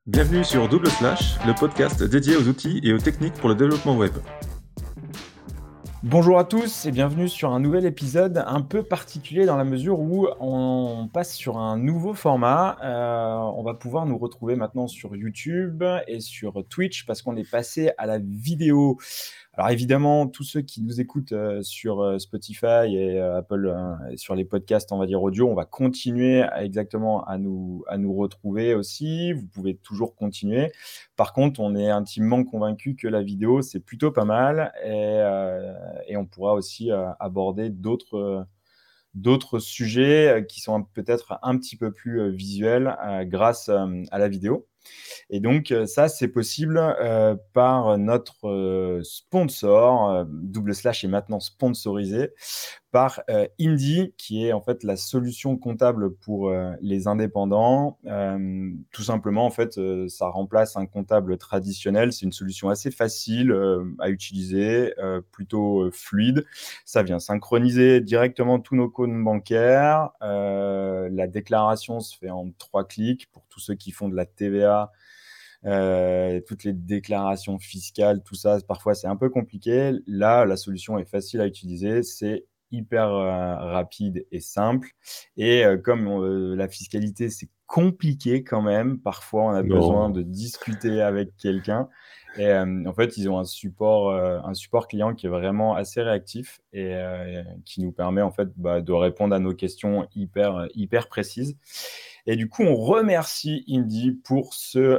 Bienvenue sur Double Slash, le podcast dédié aux outils et aux techniques pour le développement web. Bonjour à tous et bienvenue sur un nouvel épisode un peu particulier dans la mesure où on passe sur un nouveau format. On va pouvoir nous retrouver maintenant sur YouTube et sur Twitch parce qu'on est passé à la vidéo. Alors évidemment, tous ceux qui nous écoutent sur Spotify et Apple, et sur les podcasts, on va dire audio, on va continuer exactement à nous retrouver aussi. Vous pouvez toujours continuer. Par contre, on est intimement convaincu que la vidéo, c'est plutôt pas mal et on pourra aussi aborder d'autres sujets qui sont peut-être un petit peu plus visuels grâce à la vidéo. Et donc, ça, c'est possible par notre sponsor. Double Slash est maintenant sponsorisé par Indy, qui est en fait la solution comptable pour les indépendants. Tout simplement, en fait, ça remplace un comptable traditionnel. C'est une solution assez facile à utiliser, plutôt fluide. Ça vient synchroniser directement tous nos comptes bancaires. La déclaration se fait en 3 clics pour tous ceux qui font de la TVA. Toutes les déclarations fiscales, tout ça, parfois c'est un peu compliqué. Là, la solution est facile à utiliser, c'est hyper rapide et simple. Et comme la fiscalité, c'est compliqué quand même, parfois on a besoin de discuter avec quelqu'un. Et en fait, ils ont un support client qui est vraiment assez réactif et qui nous permet en fait de répondre à nos questions hyper précises. Et du coup, on remercie Indy pour ce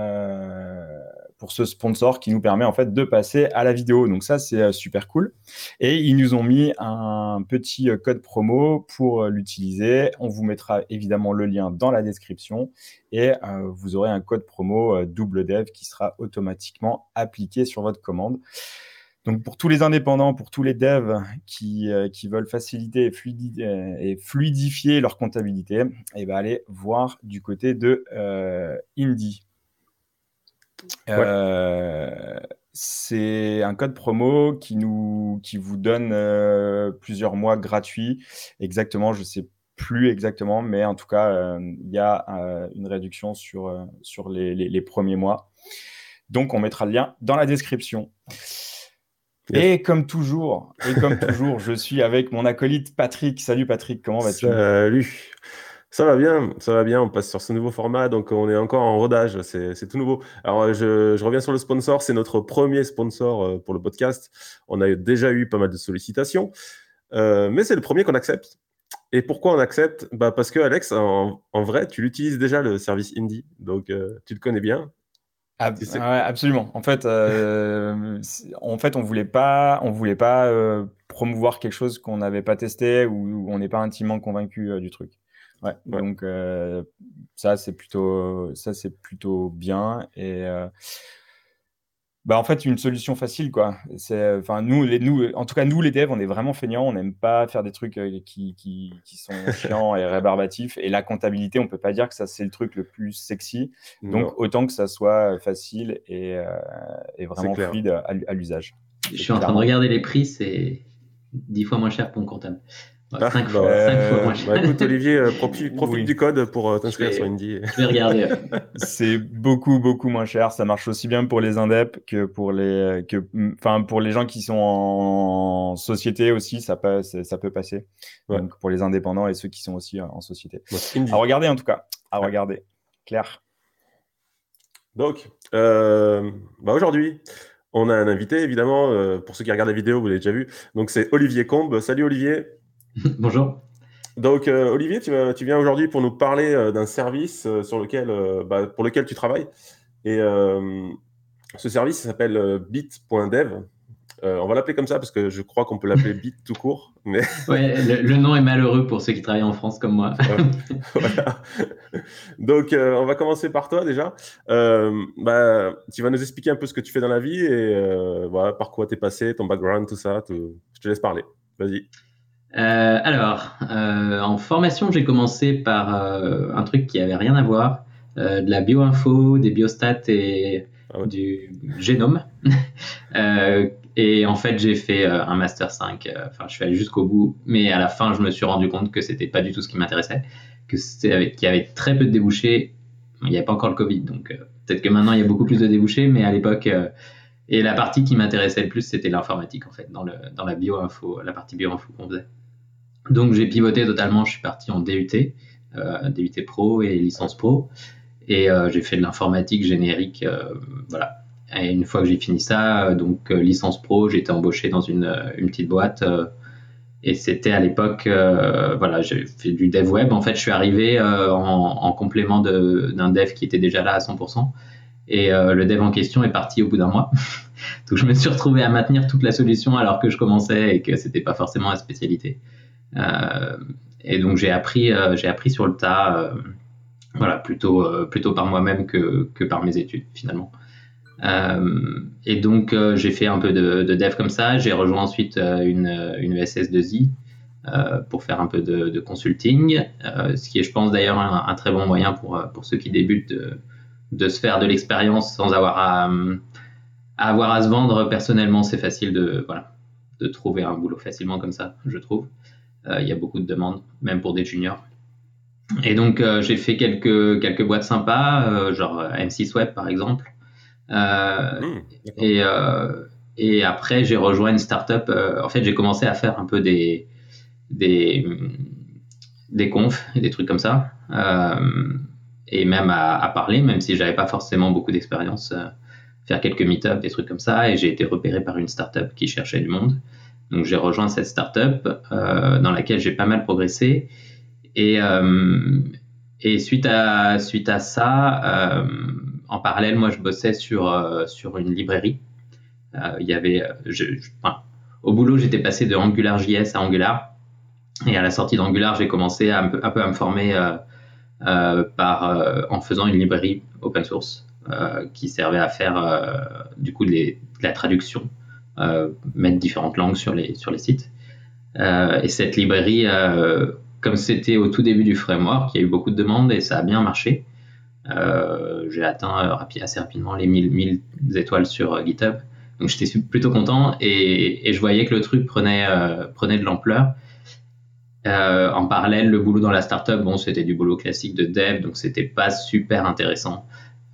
sponsor qui nous permet en fait de passer à la vidéo. Donc ça, c'est super cool. Et ils nous ont mis un petit code promo pour l'utiliser. On vous mettra évidemment le lien dans la description et vous aurez un code promo double dev qui sera automatiquement appliqué sur votre commande. Donc, pour tous les indépendants, pour tous les devs qui veulent faciliter et fluidifier leur comptabilité, allez voir du côté de Indy. C'est un code promo qui vous donne plusieurs mois gratuits. Exactement, je ne sais plus exactement, mais en tout cas, il y a une réduction sur les premiers mois. Donc, on mettra le lien dans la description. Yes. Et comme toujours, je suis avec mon acolyte Patrick. Salut Patrick, comment vas-tu ? Salut. Ça va bien, on passe sur ce nouveau format, donc on est encore en rodage, c'est tout nouveau. Alors je reviens sur le sponsor, c'est notre premier sponsor pour le podcast. On a déjà eu pas mal de sollicitations, mais c'est le premier qu'on accepte. Et pourquoi on accepte ? Parce que Alex, en vrai, tu l'utilises déjà le service Indy, donc tu le connais bien. Ouais, absolument. En fait, on voulait pas promouvoir quelque chose qu'on n'avait pas testé ou on n'est pas intimement convaincu du truc. Ouais. Donc ça c'est plutôt bien et en fait une solution facile quoi. C'est nous en tout cas nous les devs on est vraiment feignants, on n'aime pas faire des trucs qui sont chiants et rébarbatifs et la comptabilité on peut pas dire que ça c'est le truc le plus sexy. Donc autant que ça soit facile et vraiment fluide à l'usage. Je suis en train de regarder les prix, c'est 10 fois moins cher pour mon comptable. 5 fois moins cher. Écoute Olivier, profite du code pour t'inscrire sur Indy. Je vais regarder. C'est beaucoup moins cher. Ça marche aussi bien pour les indeps que pour les gens qui sont en société aussi. Ça peut passer. Ouais. Donc pour les indépendants et ceux qui sont aussi en société. Ouais, à regarder en tout cas. Regarder. Claire. Donc aujourd'hui. On a un invité, évidemment, pour ceux qui regardent la vidéo, vous l'avez déjà vu. Donc, c'est Olivier Combe. Salut, Olivier. Bonjour. Donc, Olivier, tu viens aujourd'hui pour nous parler d'un service pour lequel tu travailles. Et ce service s'appelle bit.dev. On va l'appeler comme ça parce que je crois qu'on peut l'appeler bit tout court. Mais... Ouais, le nom est malheureux pour ceux qui travaillent en France comme moi. Voilà. Donc, on va commencer par toi déjà. Tu vas nous expliquer un peu ce que tu fais dans la vie et par quoi tu es passé, ton background, tout ça. Je te laisse parler. Vas-y. En formation, j'ai commencé par un truc qui avait rien à voir, de la bioinfo, des biostats et du génome. Et en fait, j'ai fait un Master 5. Je suis allé jusqu'au bout, mais à la fin, je me suis rendu compte que c'était pas du tout ce qui m'intéressait, qu'il y avait très peu de débouchés il n'y avait pas encore le Covid, donc peut-être que maintenant il y a beaucoup plus de débouchés, mais à l'époque, et la partie qui m'intéressait le plus, c'était l'informatique en fait, dans la bio-info, la partie bio-info qu'on faisait. Donc j'ai pivoté totalement, je suis parti en DUT, DUT Pro et licence Pro, et j'ai fait de l'informatique générique, voilà. Et une fois que j'ai fini ça, donc licence Pro, j'ai été embauché dans une petite boîte. Et c'était à l'époque, voilà, j'ai fait du dev web. En fait, je suis arrivé en complément d'un dev qui était déjà là à 100%. Et le dev en question est parti au bout d'un mois. Donc, je me suis retrouvé à maintenir toute la solution alors que je commençais et que c'était pas forcément la spécialité. Et donc, j'ai appris sur le tas, voilà, plutôt par moi-même que par mes études finalement. Et donc j'ai fait un peu de dev comme ça. J'ai rejoint ensuite une SS2I pour faire un peu de consulting, ce qui est, je pense d'ailleurs, un très bon moyen pour ceux qui débutent de se faire de l'expérience sans avoir à se vendre personnellement. C'est facile de trouver un boulot facilement comme ça, je trouve. Il y a beaucoup de demandes, même pour des juniors. Et donc j'ai fait quelques boîtes sympas, genre M6 Web par exemple. Et après, j'ai rejoint une startup. En fait, j'ai commencé à faire un peu des confs et des trucs comme ça, et même à parler, même si j'avais pas forcément beaucoup d'expérience, faire quelques meet-ups, des trucs comme ça. Et j'ai été repéré par une startup qui cherchait du monde. Donc j'ai rejoint cette startup dans laquelle j'ai pas mal progressé. Et suite à ça, en parallèle, moi, je bossais sur une librairie. Il y avait, au boulot, j'étais passé de AngularJS à Angular. Et à la sortie d'Angular, j'ai commencé un peu à me former en faisant une librairie open source qui servait à faire du coup de la traduction, mettre différentes langues sur les sites. Et cette librairie, comme c'était au tout début du framework, il y a eu beaucoup de demandes et ça a bien marché. J'ai atteint assez rapidement les 1000 étoiles sur GitHub. Donc j'étais plutôt content et je voyais que le truc prenait de l'ampleur. En parallèle, le boulot dans la startup, bon, c'était du boulot classique de dev, donc c'était pas super intéressant.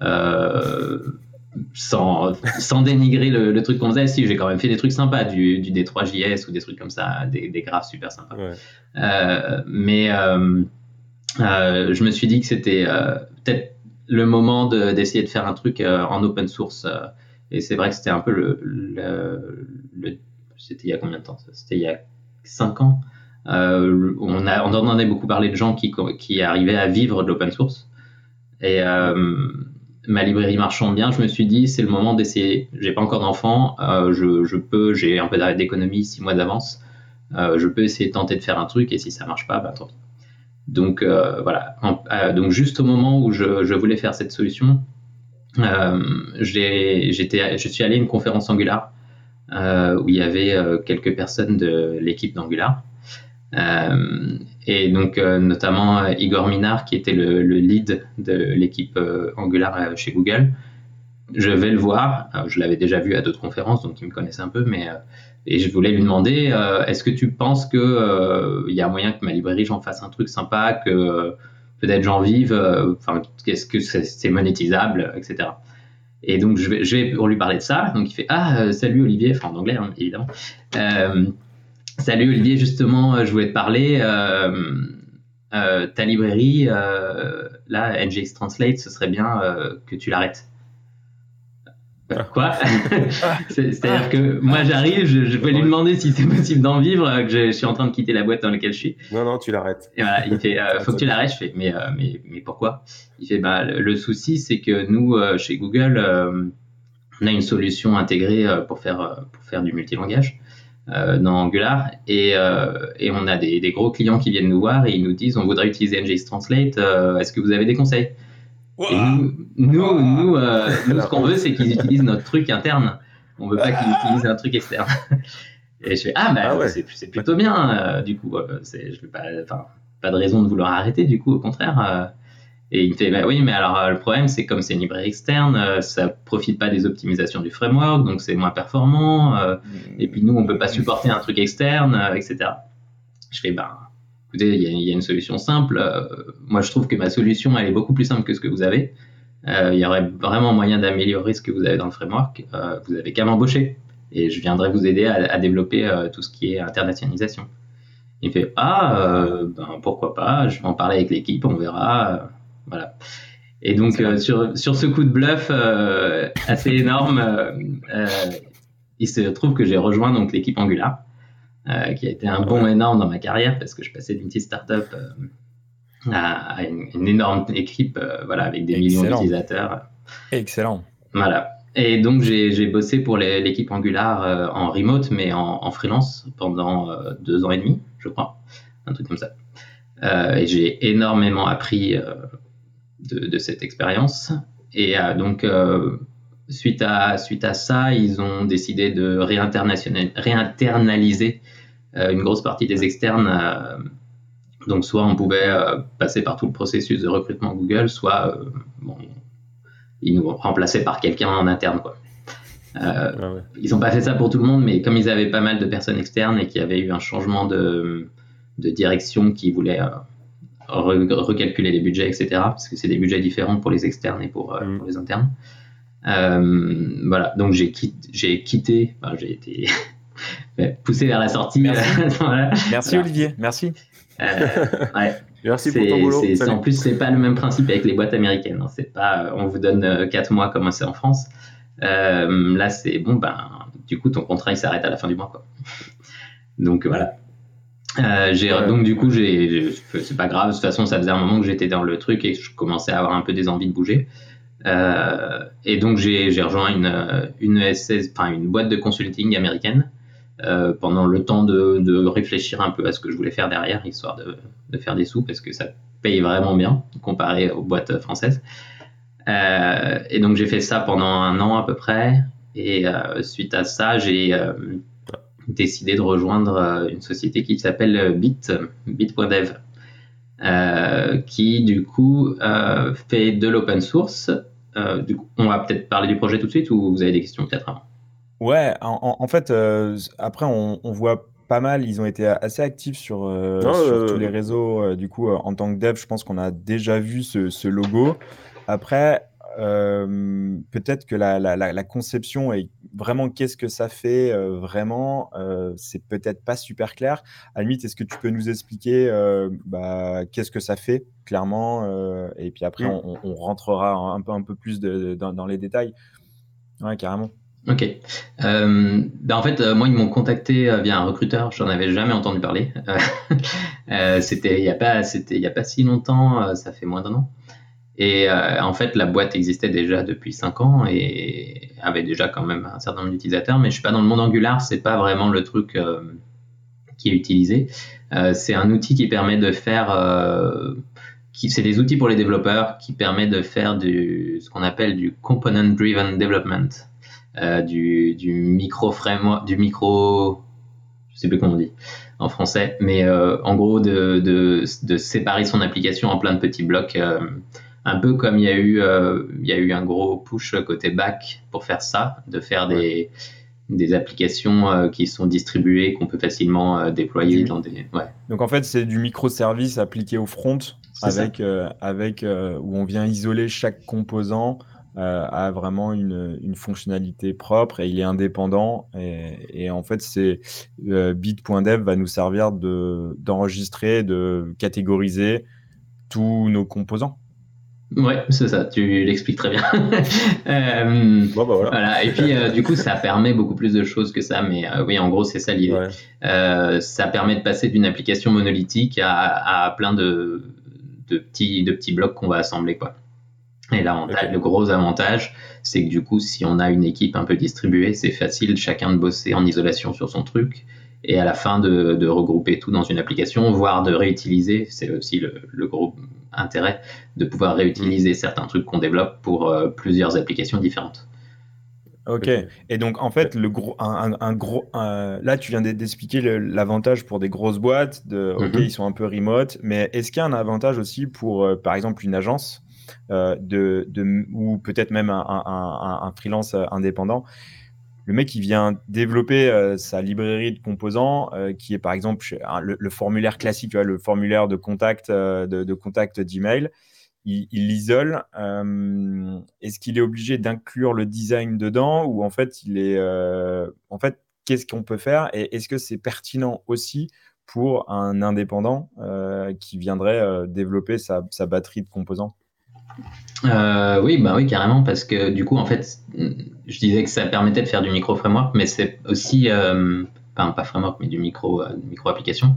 Sans dénigrer le truc qu'on faisait, si j'ai quand même fait des trucs sympas, du D3JS ou des trucs comme ça, des graphes super sympas. Ouais. Mais je me suis dit que c'était peut-être le moment d'essayer de faire un truc en open source. Et c'est vrai que c'était un peu c'était il y a combien de temps? C'était il y a 5 ans. On entendait beaucoup parler de gens qui arrivaient à vivre de l'open source. Et ma librairie marchant bien, je me suis dit c'est le moment d'essayer. J'ai pas encore d'enfant, j'ai un peu d'économie, 6 mois d'avance. Je peux essayer de tenter de faire un truc et si ça marche pas, bah tant pis. Donc voilà. Donc juste au moment où je voulais faire cette solution, je suis allé à une conférence Angular où il y avait quelques personnes de l'équipe d'Angular. Et donc notamment Igor Minar qui était le lead de l'équipe Angular chez Google. Je vais le voir, je l'avais déjà vu à d'autres conférences donc il me connaissait un peu, mais et je voulais lui demander est-ce que tu penses que y a moyen que ma librairie j'en fasse un truc sympa, que peut-être j'en vive, est-ce que c'est monétisable, etc. Et donc je vais pour lui parler de ça. Donc il fait salut Olivier, enfin en anglais hein, évidemment. Salut Olivier, justement, je voulais te parler. Ta librairie, là, NGX Translate, ce serait bien que tu l'arrêtes. Quoi? C'est-à-dire que moi, j'arrive, je vais lui demander si c'est possible d'en vivre, que je suis en train de quitter la boîte dans laquelle je suis. Non, tu l'arrêtes. Et voilà, il fait, faut que tu l'arrêtes. Je fais, mais pourquoi? Il fait, le souci, c'est que nous, chez Google, on a une solution intégrée pour faire du multilangage. Dans Angular et on a des gros clients qui viennent nous voir et ils nous disent on voudrait utiliser NGX Translate, est-ce que vous avez des conseils? Wow. Et nous ce qu'on veut c'est qu'ils utilisent notre truc interne, on veut pas qu'ils utilisent un truc externe. Et je fais ouais. c'est plutôt bien du coup je vais pas de raison de vouloir arrêter du coup, au contraire. Et il me fait oui, mais alors le problème c'est comme c'est une librairie externe, ça profite pas des optimisations du framework, donc c'est moins performant. Et puis nous on peut pas supporter un truc externe, etc. Je fais écoutez, il y a une solution simple. Moi, je trouve que ma solution, elle est beaucoup plus simple que ce que vous avez. Il y aurait vraiment moyen d'améliorer ce que vous avez dans le framework. Vous avez qu'à m'embaucher et je viendrai vous aider à développer tout ce qui est internationalisation. Il me fait pourquoi pas, je vais en parler avec l'équipe, on verra. Voilà. Et donc sur ce coup de bluff assez énorme, il se trouve que j'ai rejoint donc l'équipe Angular, qui a été un bond énorme dans ma carrière parce que je passais d'une petite startup à une énorme équipe, avec des millions d'utilisateurs. Excellent. Voilà. Et donc j'ai bossé pour l'équipe Angular en remote, mais en freelance pendant 2 ans et demi, je crois, un truc comme ça. Et j'ai énormément appris de cette expérience. Et donc suite à ça, ils ont décidé de réinternaliser une grosse partie des externes. Donc soit on pouvait passer par tout le processus de recrutement Google, soit ils nous remplaçaient par quelqu'un en interne, quoi. Ils n'ont pas fait ça pour tout le monde, mais comme ils avaient pas mal de personnes externes et qu'il y avait eu un changement de direction qui voulait recalculer les budgets, etc., parce que c'est des budgets différents pour les externes et pour les internes. Voilà, donc j'ai quitté, j'ai été poussé vers la sortie. Merci, merci Olivier, merci. Ouais. Merci pour ton boulot. En plus, c'est pas le même principe avec les boîtes américaines. Hein. C'est pas, on vous donne 4 mois comme c'est en France. Là, c'est bon, du coup, ton contrat il s'arrête à la fin du mois, quoi. Donc voilà. Donc du coup, c'est pas grave. De toute façon, ça faisait un moment que j'étais dans le truc et que je commençais à avoir un peu des envies de bouger. Et donc j'ai rejoint une ESS, enfin une boîte de consulting américaine. Pendant le temps de réfléchir un peu à ce que je voulais faire derrière, histoire de faire des sous, parce que ça paye vraiment bien comparé aux boîtes françaises. Et donc j'ai fait ça pendant 1 an à peu près, et suite à ça j'ai décidé de rejoindre une société qui s'appelle Bit.dev, qui du coup fait de l'open source. Du coup, on va peut-être parler du projet tout de suite, ou vous avez des questions peut-être avant? Ouais, en fait, après, on voit pas mal, ils ont été assez actifs sur tous les réseaux. Du coup, en tant que dev, je pense qu'on a déjà vu ce logo. Après, peut-être que la conception et vraiment qu'est-ce que ça fait vraiment, c'est peut-être pas super clair. À la limite, est-ce que tu peux nous expliquer qu'est-ce que ça fait clairement, et puis après, on rentrera un peu plus dans les détails. Ouais, carrément. Ok. En fait, moi, ils m'ont contacté via un recruteur. J'en avais jamais entendu parler. C'était il y a pas si longtemps. Ça fait moins d'1 an. Et en fait, la boîte existait déjà depuis 5 ans et avait déjà quand même un certain nombre d'utilisateurs. Mais je suis pas dans le monde Angular. C'est pas vraiment le truc qui est utilisé. C'est un outil qui permet de faire. C'est des outils pour les développeurs qui permet de faire ce qu'on appelle du component driven development. Du micro framework, je sais plus comment on dit en français, mais en gros de séparer son application en plein de petits blocs, un peu comme il y a eu un gros push côté back pour faire ça, de faire des applications qui sont distribuées, qu'on peut facilement déployer dans des... Ouais. Donc en fait, c'est du microservice appliqué au front, où on vient isoler chaque composant a vraiment une fonctionnalité propre et il est indépendant. Et en fait, Bit.dev va nous servir d'enregistrer, de catégoriser tous nos composants. Ouais, c'est ça, tu l'expliques très bien. Voilà. Et puis, du coup, ça permet beaucoup plus de choses que ça, mais oui, en gros, c'est ça l'idée. Ça permet de passer d'une application monolithique à plein de petits blocs qu'on va assembler, quoi. Et là, le gros avantage, c'est que du coup, si on a une équipe un peu distribuée, c'est facile chacun de bosser en isolation sur son truc et à la fin de regrouper tout dans une application, voire de réutiliser. C'est aussi le gros intérêt de pouvoir réutiliser certains trucs qu'on développe pour plusieurs applications différentes. Ok. Et donc en fait, là tu viens d'expliquer l'avantage pour des grosses boîtes. Ils sont un peu remote, mais est-ce qu'il y a un avantage aussi pour, par exemple, une agence ou peut-être même un freelance indépendant le mec, il vient développer sa librairie de composants, qui est par exemple le formulaire classique, tu vois, le formulaire de contact, de contact d'email. Il l'isole. Est-ce qu'il est obligé d'inclure le design dedans ou en fait, en fait, qu'est-ce qu'on peut faire et est-ce que c'est pertinent aussi pour un indépendant qui viendrait développer sa batterie de composants? Oui, bah oui, carrément, parce que du coup, en fait, je disais que ça permettait de faire du micro-framework, mais c'est aussi, enfin, pas framework, mais du micro-application.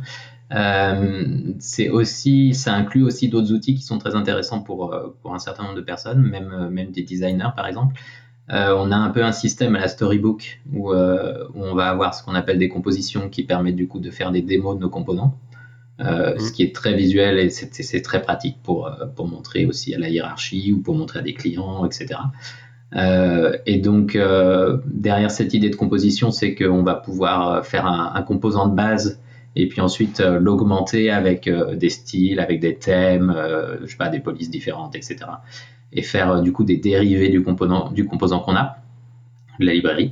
Ça inclut aussi d'autres outils qui sont très intéressants pour un certain nombre de personnes, même des designers, par exemple. On a un peu un système à la Storybook où on va avoir ce qu'on appelle des compositions qui permettent du coup de faire des démos de nos composants. Ce qui est très visuel et c'est très pratique pour montrer aussi à la hiérarchie ou pour montrer à des clients, etc. Et donc, derrière cette idée de composition, c'est qu'on va pouvoir faire un composant de base et puis ensuite l'augmenter avec des styles, avec des thèmes, je sais pas, des polices différentes, etc. Et faire du coup des dérivés du composant qu'on a, de la librairie.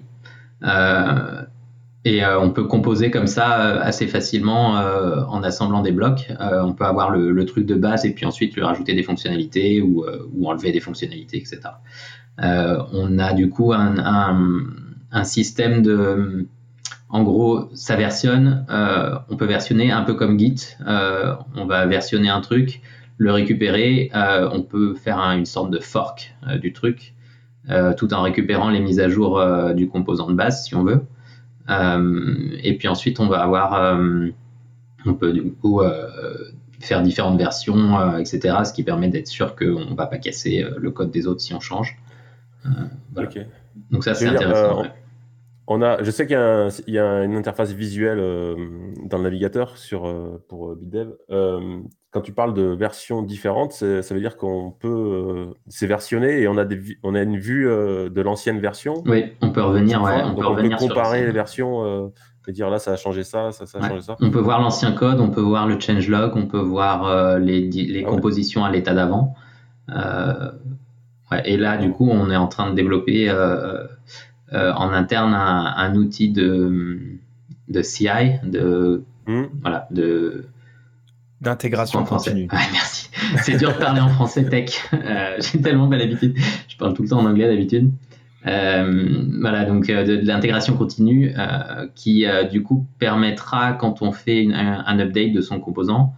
Et on peut composer comme ça assez facilement en assemblant des blocs. On peut avoir le truc de base et puis ensuite lui rajouter des fonctionnalités ou enlever des fonctionnalités, etc. On a du coup un système de... En gros, ça versionne. On peut versionner un peu comme Git. On va versionner un truc, le récupérer. On peut faire une sorte de fork du truc, tout en récupérant les mises à jour du composant de base, si on veut. Et puis ensuite, on peut du coup faire différentes versions, etc. Ce qui permet d'être sûr qu'on ne va pas casser le code des autres si on change. Voilà. Ok. Donc ça, Je c'est veux dire, intéressant. Ouais. je sais qu'il y a une interface visuelle dans le navigateur pour BitDev. Quand tu parles de versions différentes, ça veut dire qu'on peut c'est versionné et on a une vue de l'ancienne version Oui, on peut revenir, cette ouais, fois. on peut Donc on peut revenir sur comparer les l'ancienne. versions et dire là ça a changé ça, ça a Ouais. changé ça. On peut voir l'ancien code, on peut voir le changelog, on peut voir les Ah ouais? compositions à l'état d'avant. Ouais, et là, du D'accord. coup, on est en train de développer en interne un outil de CI, voilà, c'est quoi D'intégration en français? continue. Ouais, merci. C'est dur de parler en français tech. J'ai tellement pas l'habitude. Je parle tout le temps en anglais d'habitude. Voilà, donc de l'intégration continue qui du coup permettra quand on fait un update de son composant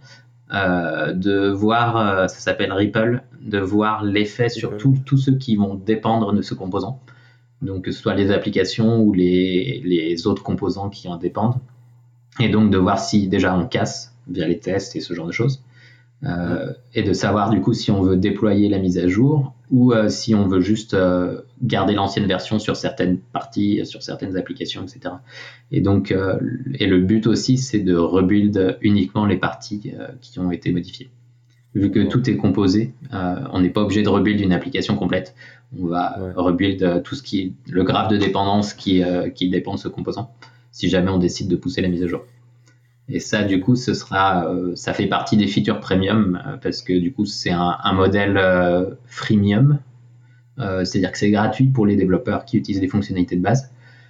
de voir, ça s'appelle Ripple, de voir l'effet sur Ripple. tous ceux qui vont dépendre de ce composant. Donc que ce soit les applications ou les autres composants qui en dépendent. Et donc de voir si déjà on casse via les tests et ce genre de choses. Et de savoir du coup si on veut déployer la mise à jour ou si on veut juste garder l'ancienne version sur certaines parties, sur certaines applications, etc. Et donc, et le but aussi, c'est de rebuild uniquement les parties qui ont été modifiées. Vu que tout est composé, on n'est pas obligé de rebuild une application complète. On va rebuild tout ce qui est le graphe de dépendance qui dépend de ce composant, si jamais on décide de pousser la mise à jour. Et ça, du coup, ça fait partie des features premium parce que du coup, c'est un modèle freemium, c'est-à-dire que c'est gratuit pour les développeurs qui utilisent les fonctionnalités de base.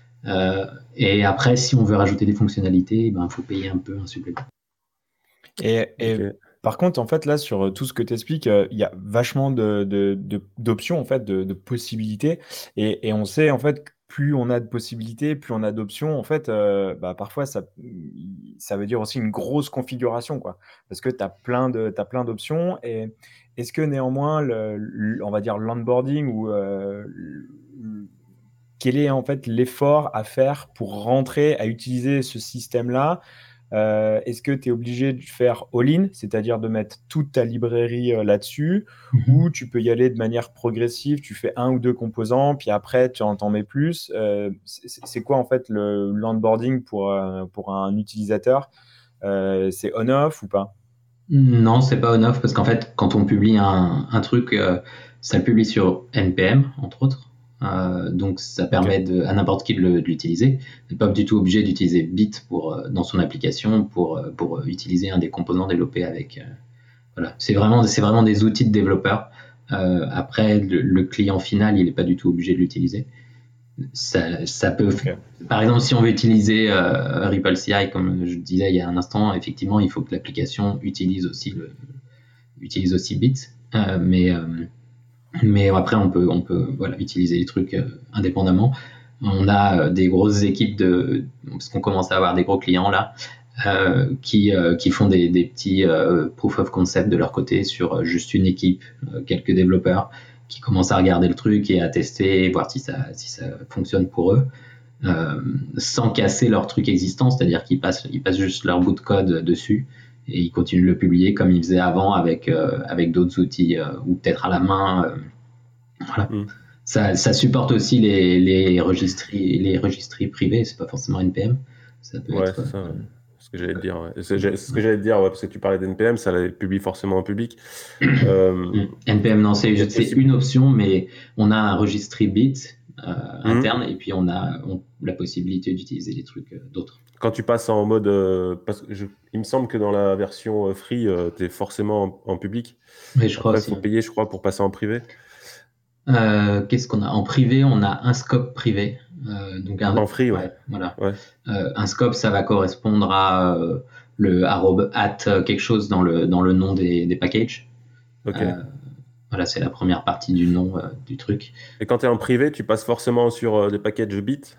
Et après, si on veut rajouter des fonctionnalités, il faut payer un peu un supplément. Et Ok. par contre, en fait, là, sur tout ce que tu expliques, il y a vachement d'options, en fait, de possibilités. Et on sait, en fait, que plus on a de possibilités, plus on a d'options, en fait, parfois, ça veut dire aussi une grosse configuration, quoi. Parce que tu as t'as plein d'options. Et est-ce que néanmoins, on va dire l'onboarding ou quel est en fait l'effort à faire pour rentrer à utiliser ce système-là? Est-ce que tu es obligé de faire all-in, c'est-à-dire de mettre toute ta librairie là-dessus, ou tu peux y aller de manière progressive, tu fais un ou deux composants, puis après tu en mets plus? C'est quoi en fait l'onboarding pour un utilisateur? C'est on-off ou pas? Non, c'est pas on-off parce qu'en fait, quand on publie un truc, ça le publie sur NPM, entre autres. Donc, ça Ok. permet à n'importe qui de l'utiliser. On n'est pas du tout obligé d'utiliser Bit dans son application pour utiliser un des composants développés avec. Voilà. C'est vraiment des outils de développeurs. Après, le client final, il n'est pas du tout obligé de l'utiliser. Ça peut. Ok. Par exemple, si on veut utiliser Ripple CI, comme je disais il y a un instant, effectivement, il faut que l'application utilise aussi Bit. Mais après, on peut voilà, utiliser les trucs indépendamment. On a des grosses équipes parce qu'on commence à avoir des gros clients là, qui font des petits proof of concept de leur côté sur juste une équipe, quelques développeurs qui commencent à regarder le truc et à tester, voir si ça fonctionne pour eux, sans casser leur truc existant, c'est-à-dire qu'ils passent juste leur bout de code dessus et ils continuent de le publier comme ils faisaient avant avec d'autres outils ou peut-être à la main. Voilà. Ça supporte aussi les registries privées, c'est pas forcément NPM. Ça peut Ouais, être. c'est ça. Ce que j'allais te dire. Ouais. C'est ce que j'allais te dire, ouais, parce que tu parlais d'NPM, ça les publie forcément en public. NPM, non, c'est une option, mais on a un registry bit interne et puis on a la possibilité d'utiliser des trucs d'autres. Quand tu passes en mode. Parce que il me semble que dans la version free, tu es forcément en public. Oui, je crois Après, il aussi. faut payer, je crois, pour passer en privé. Qu'est-ce qu'on a en privé? On a un scope privé. Donc En free, ouais. Voilà. Ouais. Un scope, ça va correspondre à le quelque chose dans le nom des packages. Ok. Voilà, c'est la première partie du nom du truc. Et quand tu es en privé, tu passes forcément sur des packages bits.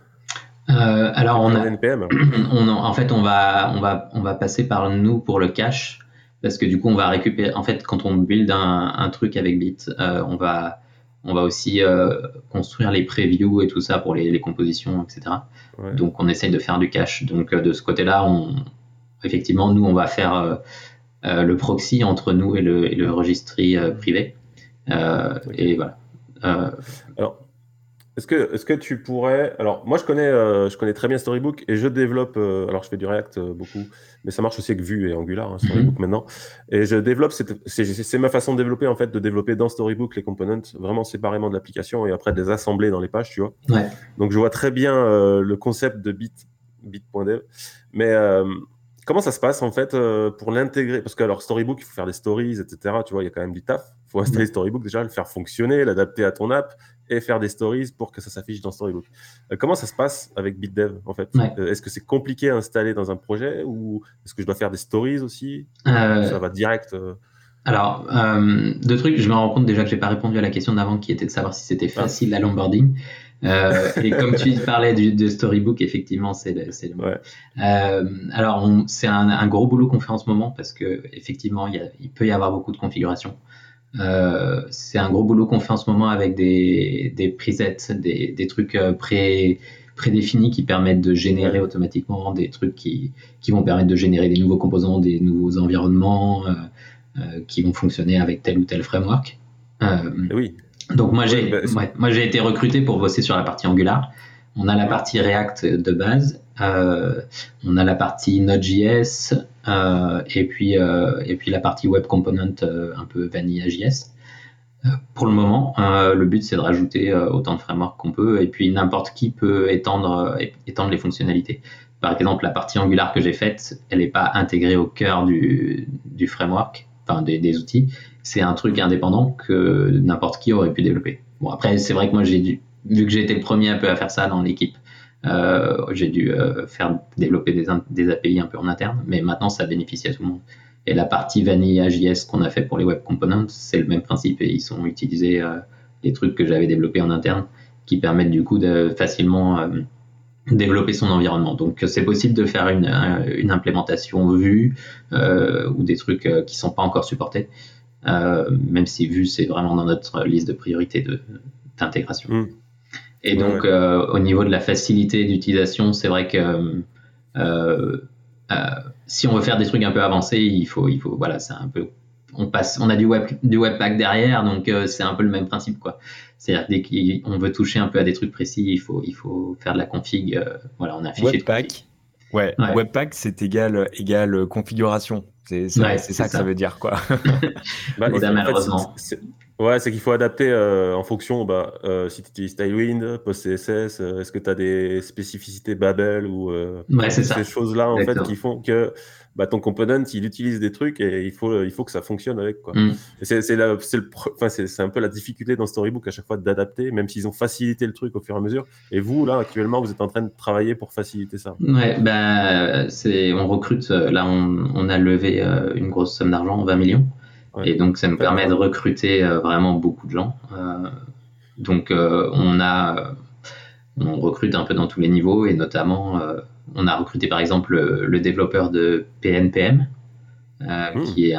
Alors en NPM. en fait, on va passer par nous pour le cache, parce que du coup, on va récupérer. En fait, quand on build un truc avec Bit, on va aussi construire les previews et tout ça pour les compositions, etc. Ouais. Donc, on essaye de faire du cache. Donc, de ce côté-là, effectivement, nous, on va faire le proxy entre nous et le registry privé. Ok. Et voilà. Alors, est-ce que tu pourrais... Alors, moi, je connais très bien Storybook et je développe... alors, je fais du React beaucoup, mais ça marche aussi avec Vue et Angular, hein, Storybook maintenant. Et je développe... C'est ma façon de développer, en fait, de développer dans Storybook les components vraiment séparément de l'application et après de les assembler dans les pages, tu vois. Ouais. Donc, je vois très bien le concept de bit.dev. Mais comment ça se passe, en fait, pour l'intégrer? Parce que, alors, Storybook, il faut faire des stories, etc. Tu vois, il y a quand même du taf. Il faut installer Storybook déjà, le faire fonctionner, l'adapter à ton app et faire des stories pour que ça s'affiche dans Storybook. Comment ça se passe avec BitDev, en fait? Ouais. Est-ce que c'est compliqué à installer dans un projet ou est-ce que je dois faire des stories aussi? Ça va direct Alors, deux trucs, je me rends compte déjà que j'ai pas répondu à la question d'avant qui était de savoir si c'était facile la l'onboarding. Et comme tu parlais de Storybook, effectivement, c'est le mot. Ouais. Alors, c'est un gros boulot qu'on fait en ce moment parce que effectivement, il peut y avoir beaucoup de configurations. C'est un gros boulot qu'on fait en ce moment avec des presets, des trucs prédéfinis qui permettent de générer automatiquement des trucs qui vont permettre de générer des nouveaux composants, des nouveaux environnements qui vont fonctionner avec tel ou tel framework. Oui. Donc moi j'ai été recruté pour bosser sur la partie Angular. On a la partie React de base, on a la partie Node.js et puis la partie Web Component un peu Vanilla.js. Pour le moment, le but c'est de rajouter autant de frameworks qu'on peut et puis n'importe qui peut étendre les fonctionnalités. Par exemple, la partie Angular que j'ai faite, elle n'est pas intégrée au cœur du framework, enfin des outils. C'est un truc indépendant que n'importe qui aurait pu développer. Bon, après, c'est vrai que moi, vu que j'ai été le premier un peu à faire ça dans l'équipe, j'ai dû faire développer des API un peu en interne, mais maintenant, ça bénéficie à tout le monde. Et la partie Vanilla.js qu'on a fait pour les Web Components, c'est le même principe et ils ont utilisé les trucs que j'avais développés en interne qui permettent du coup de facilement développer son environnement. Donc c'est possible de faire une implémentation Vue ou des trucs qui sont pas encore supportés, même si Vue c'est vraiment dans notre liste de priorités d'intégration. Et donc au niveau de la facilité d'utilisation, c'est vrai que si on veut faire des trucs un peu avancés, il faut voilà, c'est un peu on a du webpack derrière, donc c'est un peu le même principe quoi. C'est-à-dire dès qu'on veut toucher un peu à des trucs précis, il faut faire de la config. Voilà, on a un fichier Webpack. de config. Ouais. Webpack, c'est égal configuration. C'est ça que ça veut dire, quoi. Malheureusement. C'est qu'il faut adapter en fonction, si tu utilises Tailwind, PostCSS, est-ce que tu as des spécificités Babel ou ces choses-là, en fait, qui font que ton component, il utilise des trucs et il faut que ça fonctionne avec, quoi. Et c'est un peu la difficulté dans Storybook à chaque fois d'adapter, même s'ils ont facilité le truc au fur et à mesure. Et vous, là, actuellement, vous êtes en train de travailler pour faciliter ça. Ouais, on recrute, là, on a levé une grosse somme d'argent, 20 millions. Ouais. Et donc, ça nous permet de recruter vraiment beaucoup de gens. Donc, on recrute un peu dans tous les niveaux et notamment, on a recruté par exemple le développeur de PNPM, qui est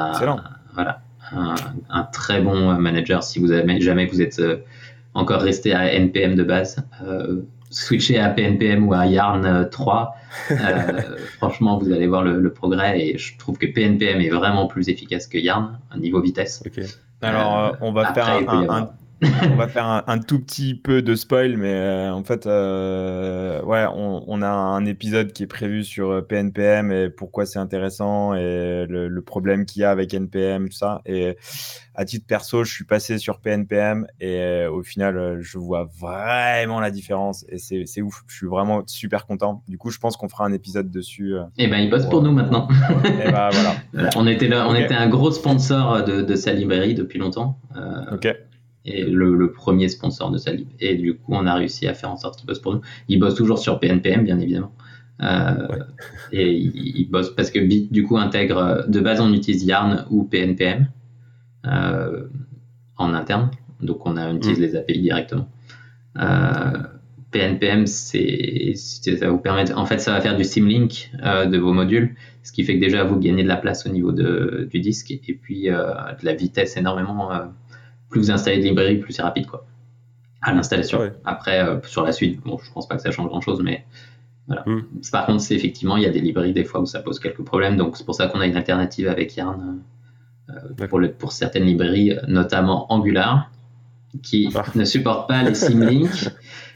un très bon manager. Si jamais vous êtes encore resté à NPM de base, switcher à PNPM ou à Yarn 3, franchement, vous allez voir le progrès et je trouve que PNPM est vraiment plus efficace que Yarn à niveau vitesse. Okay. Alors, on va faire un tout petit peu de spoil, mais en fait, on a un épisode qui est prévu sur PNPM et pourquoi c'est intéressant et le problème qu'il y a avec NPM, tout ça. Et à titre perso, je suis passé sur PNPM et au final, je vois vraiment la différence et c'est ouf. Je suis vraiment super content. Du coup, je pense qu'on fera un épisode dessus. Il bosse pour nous maintenant. Et voilà. On était un gros sponsor de sa librairie depuis longtemps. Ok. Et le premier sponsor de sa lib. Et du coup, on a réussi à faire en sorte qu'il bosse pour nous. Il bosse toujours sur PNPM, bien évidemment. Et il bosse parce que Bit, du coup, intègre... De base, on utilise Yarn ou PNPM en interne. Donc, on utilise les API directement. PNPM, ça vous permet... En fait, ça va faire du symlink de vos modules, ce qui fait que déjà, vous gagnez de la place au niveau du disque et puis de la vitesse énormément... plus vous installez de librairies, plus c'est rapide, quoi, à l'installation. Ouais. Après, sur la suite, je pense pas que ça change grand-chose, mais voilà. Par contre, c'est effectivement, il y a des librairies des fois où ça pose quelques problèmes, donc c'est pour ça qu'on a une alternative avec Yarn pour certaines librairies, notamment Angular, qui ne supporte pas les symlinks.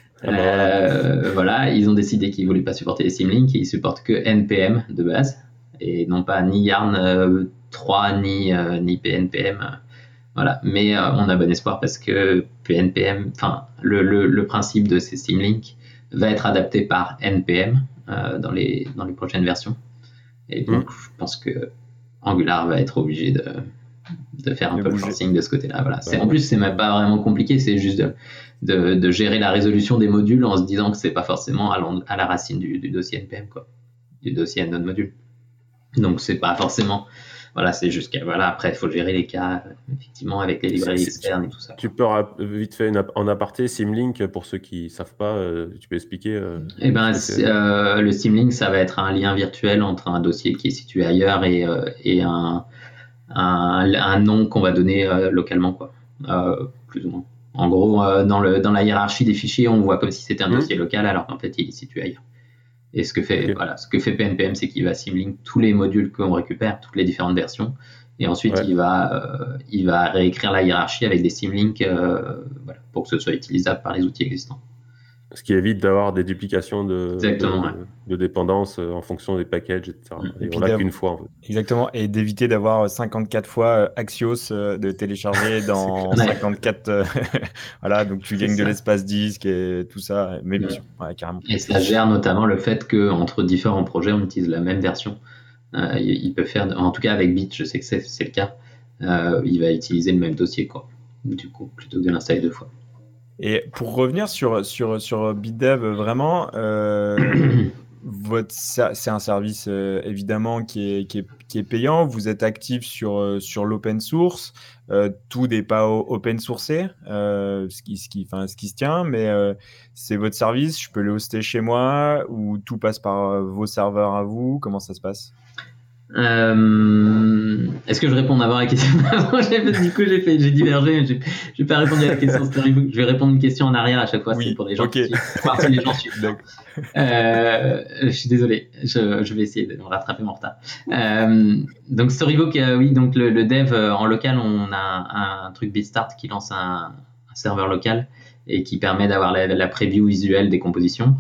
Voilà, ils ont décidé qu'ils voulaient pas supporter les symlinks et ils supportent que NPM de base et non pas ni Yarn 3 ni PNPM. Voilà, mais on a bon espoir parce que PNPM, enfin le principe de ces symlinks va être adapté par NPM dans les prochaines versions. Et donc je pense que Angular va être obligé de faire un peu le forcing de ce côté-là. Voilà. En plus, c'est même pas vraiment compliqué, c'est juste de gérer la résolution des modules en se disant que c'est pas forcément à la racine du dossier NPM, quoi, du dossier node module. Donc c'est pas forcément. Voilà, c'est juste après, il faut gérer les cas, effectivement, avec les librairies externes et tout ça. Tu peux vite fait en aparté, Symlink, pour ceux qui ne savent pas, tu peux expliquer le Symlink, ça va être un lien virtuel entre un dossier qui est situé ailleurs et un nom qu'on va donner localement, quoi, plus ou moins. En gros, dans la hiérarchie des fichiers, on voit comme si c'était un dossier local, alors qu'en fait, il est situé ailleurs. Et ce que fait PNPM, c'est qu'il va symlink tous les modules qu'on récupère, toutes les différentes versions, et ensuite il va réécrire la hiérarchie avec des symlinks pour que ce soit utilisable par les outils existants. Ce qui évite d'avoir des duplications de dépendances en fonction des packages, etc. Et on l'a qu'une fois, en fait. Exactement, et d'éviter d'avoir 54 fois Axios de télécharger dans 54... voilà, donc tu gagnes de l'espace disque et tout ça, mais bien sûr, carrément. Et ça gère notamment le fait qu'entre différents projets, on utilise la même version. Il peut faire, en tout cas avec Bit, je sais que c'est le cas, il va utiliser le même dossier, quoi, du coup, plutôt que de l'installer deux fois. Et pour revenir sur BitDev, vraiment, c'est un service évidemment qui est payant. Vous êtes actif sur l'open source. Tout n'est pas open sourcé, ce qui se tient, mais c'est votre service. Je peux le hoster chez moi ou tout passe par vos serveurs à vous. Comment ça se passe? Est-ce que je réponds d'abord à la question? Du coup, j'ai divergé, mais j'ai pas répondu à la question Storybook. Je vais répondre une question en arrière à chaque fois, c'est pour les gens qui suivent. Les gens suivent. Je suis désolé, je vais essayer de rattraper mon retard. Donc Storybook, oui, donc le dev en local, on a un truc BitStart qui lance un serveur local et qui permet d'avoir la preview visuelle des compositions.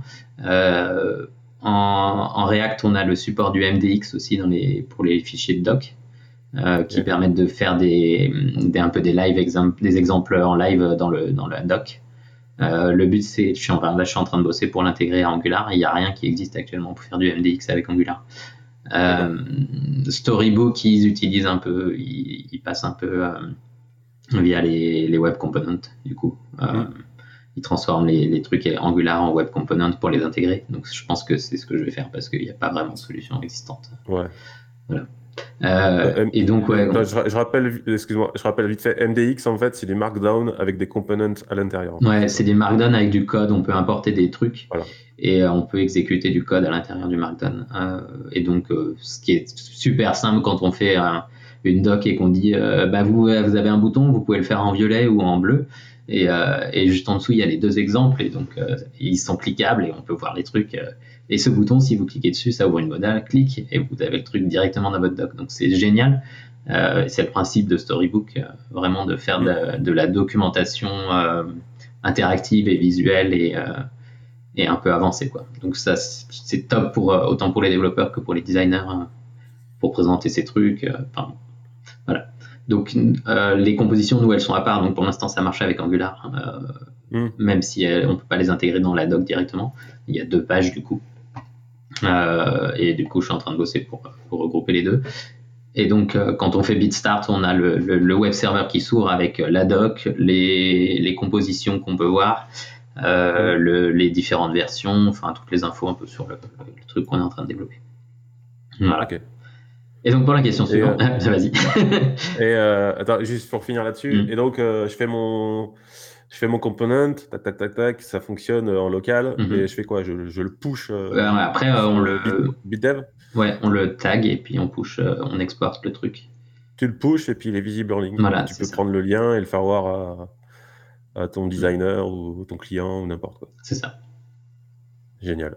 En React, on a le support du MDX aussi pour les fichiers de doc qui permettent de faire un peu des exemples en live dans la doc. Le but, c'est, je suis en train de bosser pour l'intégrer à Angular. Il n'y a rien qui existe actuellement pour faire du MDX avec Angular. Storybook, ils utilisent un peu, ils passent un peu via les web components, du coup. Ils transforment les trucs Angular en web components pour les intégrer. Donc je pense que c'est ce que je vais faire parce qu'il n'y a pas vraiment de solution existante. Ouais. Voilà. Et donc, ouais. Je rappelle vite fait, MDX, en fait, c'est du Markdown avec des components à l'intérieur. Ouais, c'est des Markdown avec du code, on peut importer des trucs, voilà. Et on peut exécuter du code à l'intérieur du Markdown. Et donc, ce qui est super simple quand on fait une doc et qu'on dit, vous avez un bouton, vous pouvez le faire en violet ou en bleu. Et juste en dessous, il y a les deux exemples, et donc ils sont cliquables et on peut voir les trucs. Et ce bouton, si vous cliquez dessus, ça ouvre une modale, clic, et vous avez le truc directement dans votre doc. Donc c'est génial. C'est le principe de Storybook, vraiment de faire de la documentation interactive et visuelle et un peu avancée, quoi. Donc ça, c'est top autant pour les développeurs que pour les designers, pour présenter ces trucs. Voilà. Donc les compositions, nous, elles sont à part. Donc pour l'instant, ça marche avec Angular, même si on peut pas les intégrer dans la doc directement. Il y a 2 pages du coup. Et du coup, je suis en train de bosser pour regrouper les deux. Et donc, quand on fait BitStart, on a le web server qui s'ouvre avec la doc, les compositions qu'on peut voir, les différentes versions, enfin toutes les infos un peu sur le truc qu'on est en train de développer. Voilà. Okay. Et donc pour la question suivante, vas-y. Et attends, juste pour finir là-dessus. Et donc je fais mon component, tac, ça fonctionne en local. Et je fais quoi? Je le push. Après, on le BitDev. Ouais, on le tag et puis on push, on exporte le truc. Tu le pushes et puis il est visible en ligne. Voilà, tu peux prendre le lien et le faire voir à ton designer ou ton client ou n'importe quoi. C'est ça. Génial.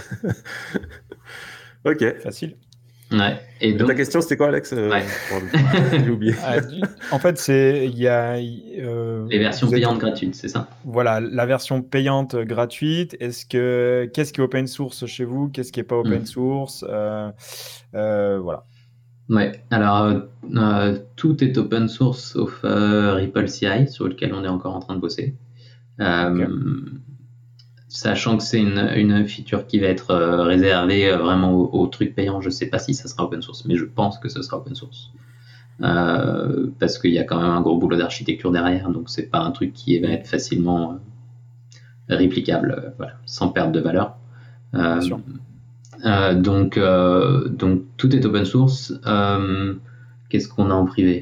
Ok. Facile. Ouais. Et donc... Ta question, c'était quoi, Alex? Ouais. J'ai oublié. En fait, il y a les versions payantes gratuites, c'est ça? Voilà, la version payante gratuite. Qu'est-ce qui est open source chez vous? Qu'est-ce qui est pas open source? Voilà. Ouais. Alors tout est open source sauf Ripple CI sur lequel on est encore en train de bosser. Okay. Sachant que c'est une feature qui va être réservée vraiment aux trucs payants, je sais pas si ça sera open source, mais je pense que ce sera open source. Parce qu'il y a quand même un gros boulot d'architecture derrière, donc c'est pas un truc qui va être facilement réplicable, voilà, sans perdre de valeur. Bien sûr. Donc tout est open source. Qu'est-ce qu'on a en privé?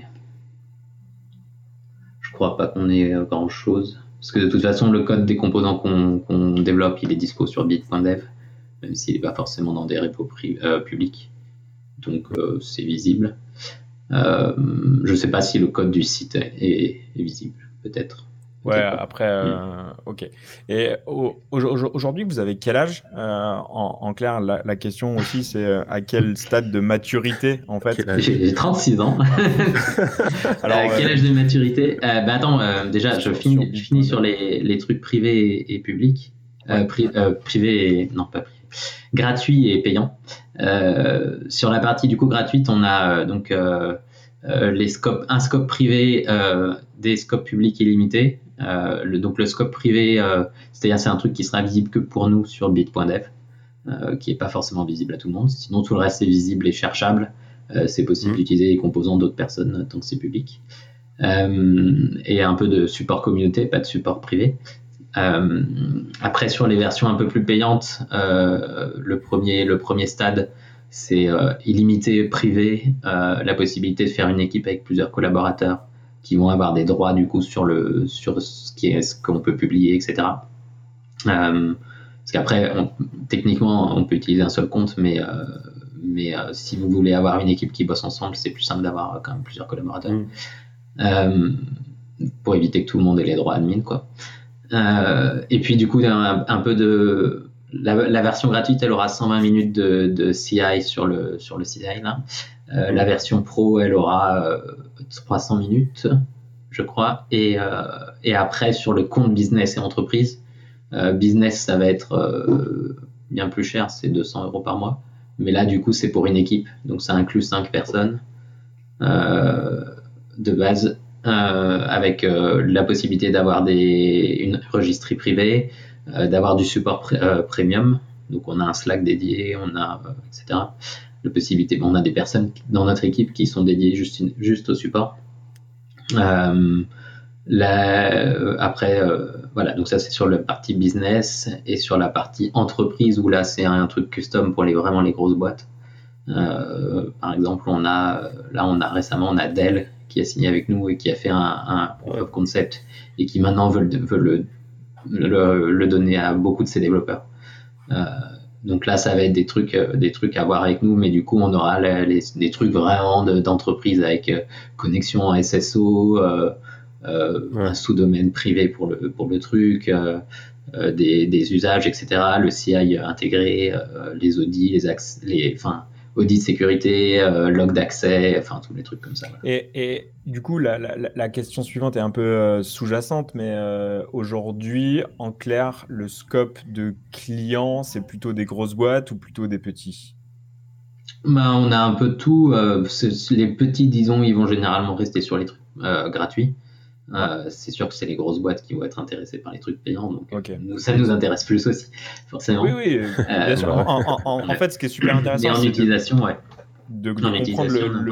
Je crois pas qu'on ait grand chose. Parce que de toute façon, le code des composants qu'on développe, il est dispo sur bit.dev, même s'il n'est pas forcément dans des repos publics. Donc, c'est visible. Je ne sais pas si le code du site est visible, peut-être. Ouais, après, ok. Et aujourd'hui, vous avez quel âge? En clair, la question aussi, c'est à quel stade de maturité, en fait? J'ai 36 ans. Alors, quel âge de maturité? Déjà, je finis sur les trucs privés et publics. Privés, non, pas privés. Gratuits et payants. Sur la partie, du coup, gratuite, on a donc un scope privé, des scopes publics illimités. Donc le scope privé, c'est-à-dire c'est un truc qui sera visible que pour nous sur bit.dev, qui est pas forcément visible à tout le monde. Sinon tout le reste est visible et cherchable. C'est possible d'utiliser les composants d'autres personnes tant que c'est public. Et un peu de support communauté, pas de support privé. Après sur les versions un peu plus payantes, le premier stade, c'est illimité privé, la possibilité de faire une équipe avec plusieurs collaborateurs qui vont avoir des droits du coup sur ce qu'on peut publier, etc. Parce qu'après, techniquement, on peut utiliser un seul compte, mais si vous voulez avoir une équipe qui bosse ensemble, c'est plus simple d'avoir quand même plusieurs collaborateurs. Pour éviter que tout le monde ait les droits admin, quoi. Et puis du coup, un peu de... La version gratuite, elle aura 120 minutes de CI sur le CI, là. La version pro, elle aura 300 minutes, je crois. Et après, sur le compte business et entreprise, business, ça va être bien plus cher, c'est 200 € par mois. Mais là, du coup, c'est pour une équipe. Donc, ça inclut 5 personnes de base, avec la possibilité d'avoir une registrie privée, d'avoir du support premium. Donc, on a un Slack dédié, etc. la possibilité. Bon, on a des personnes dans notre équipe qui sont dédiées juste au support. Après, voilà, donc ça c'est sur la partie business et sur la partie entreprise où là c'est un truc custom pour vraiment les grosses boîtes. Par exemple, on a récemment Dell qui a signé avec nous et qui a fait un proof of concept et qui maintenant veut le donner à beaucoup de ses développeurs. Donc là, ça va être des trucs à voir avec nous, mais du coup, on aura des trucs vraiment d'entreprise avec connexion à SSO, un sous-domaine privé pour le truc, des usages, etc. Le CI intégré, les audits, audit de sécurité, log d'accès, enfin tous les trucs comme ça. Voilà. Et du coup, la question suivante est un peu sous-jacente, mais aujourd'hui, en clair, le scope de clients, c'est plutôt des grosses boîtes ou plutôt des petits? On a un peu de tout. Les petits, disons, ils vont généralement rester sur les trucs gratuits. C'est sûr que c'est les grosses boîtes qui vont être intéressées par les trucs payants, donc ça nous intéresse plus aussi, forcément. Oui, bien sûr. En fait, ce qui est super intéressant, c'est utilisation, de comprendre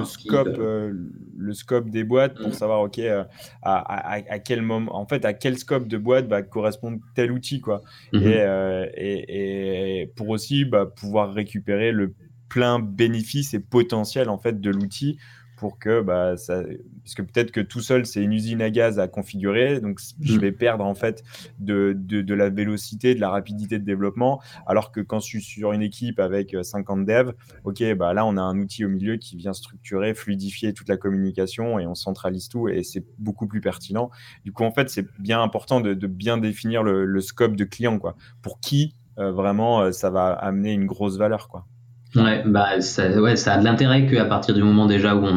le scope des boîtes pour savoir ok à quel moment, en fait, à quel scope de boîte va correspondre tel outil, quoi. Et pour aussi pouvoir récupérer le plein bénéfice et potentiel en fait de l'outil, pour que parce que peut-être que tout seul c'est une usine à gaz à configurer, donc je vais perdre en fait de la vélocité, de la rapidité de développement, alors que quand je suis sur une équipe avec 50 devs, ok, là on a un outil au milieu qui vient structurer, fluidifier toute la communication et on centralise tout et c'est beaucoup plus pertinent. Du coup, en fait, c'est bien important de bien définir le scope de client, quoi, pour qui vraiment ça va amener une grosse valeur, quoi. Ça a de l'intérêt qu'à partir du moment déjà où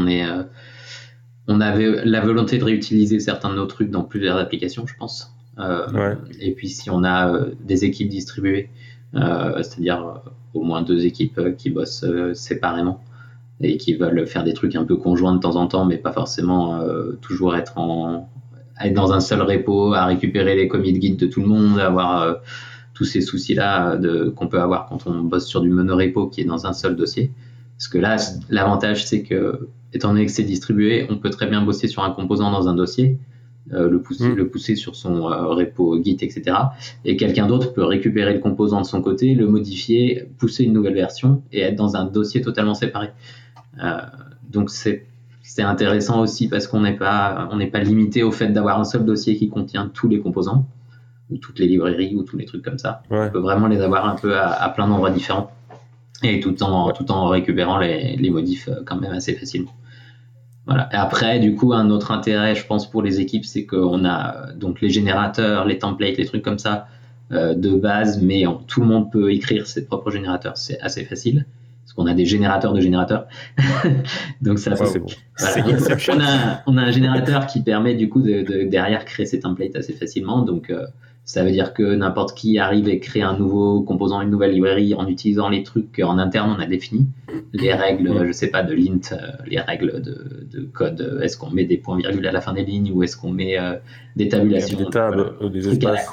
on avait la volonté de réutiliser certains de nos trucs dans plusieurs applications, je pense. Et puis si on a des équipes distribuées, c'est-à-dire au moins 2 équipes qui bossent séparément et qui veulent faire des trucs un peu conjoints de temps en temps, mais pas forcément toujours être dans un seul repo, à récupérer les commit Git de tout le monde, avoir tous ces soucis-là qu'on peut avoir quand on bosse sur du monorepo qui est dans un seul dossier. Parce que là, l'avantage, c'est que, étant donné que c'est distribué, on peut très bien bosser sur un composant dans un dossier, le pousser sur son repo Git, etc. Et quelqu'un d'autre peut récupérer le composant de son côté, le modifier, pousser une nouvelle version et être dans un dossier totalement séparé. Donc c'est intéressant aussi parce qu'on n'est pas limité au fait d'avoir un seul dossier qui contient tous les composants ou toutes les librairies ou tous les trucs comme ça. On peut vraiment les avoir un peu à plein d'endroits différents et tout en récupérant les modifs quand même assez facilement. Voilà. Et après, du coup, un autre intérêt, je pense, pour les équipes, c'est qu'on a donc les générateurs, les templates, les trucs comme ça de base, mais tout le monde peut écrire ses propres générateurs. C'est assez facile parce qu'on a des générateurs de générateurs. Donc ça, c'est bon. Voilà. On a un générateur qui permet du coup de derrière créer ses templates assez facilement. Donc ça veut dire que n'importe qui arrive et crée un nouveau composant, une nouvelle librairie en utilisant les trucs en interne on a défini, les règles, je sais pas, de l'int, les règles de code. Est-ce qu'on met des points virgules à la fin des lignes ou est-ce qu'on met des tabulations, des tables, des espaces.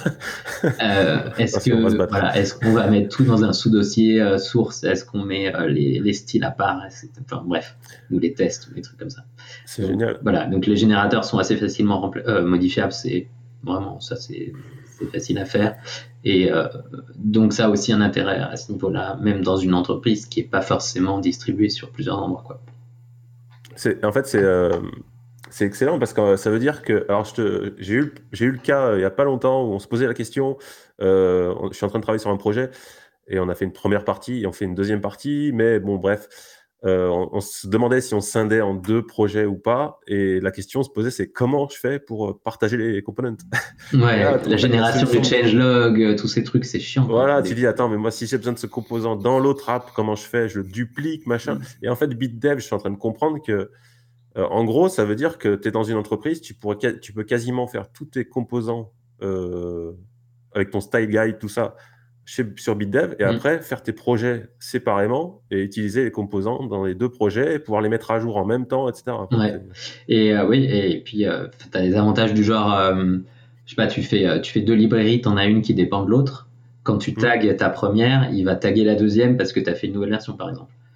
Est-ce qu'on va mettre tout dans un sous-dossier source? Est-ce qu'on met les styles à part? Enfin, bref, ou les tests ou des trucs comme ça. C'est génial. Voilà, donc les générateurs sont assez facilement modifiables. C'est vraiment ça, c'est facile à faire. Et donc ça a aussi un intérêt à ce niveau-là, même dans une entreprise qui n'est pas forcément distribuée sur plusieurs endroits, quoi. En fait, c'est excellent parce que ça veut dire que, alors j'ai eu le cas il y a pas longtemps où on se posait la question. Je suis en train de travailler sur un projet et on a fait une première partie et on fait une deuxième partie, mais bon, bref, on se demandait si on scindait en 2 projets ou pas, et la question se posait, c'est comment je fais pour partager les components. Là, la génération du changelog, tous ces trucs, c'est chiant. Voilà, tu dis, attends, mais moi, si j'ai besoin de ce composant dans l'autre app, comment je fais? Je le duplique, machin. Et en fait, BitDev, je suis en train de comprendre que, en gros, ça veut dire que tu es dans une entreprise, tu peux quasiment faire tous tes composants avec ton style guide, tout ça, sur BitDev, et après faire tes projets séparément et utiliser les composants dans les 2 projets et pouvoir les mettre à jour en même temps, etc. Et puis tu as des avantages du genre, je sais pas, tu fais 2 librairies, tu en as une qui dépend de l'autre. Quand tu tags ta première, il va taguer la deuxième parce que tu as fait une nouvelle version, par exemple.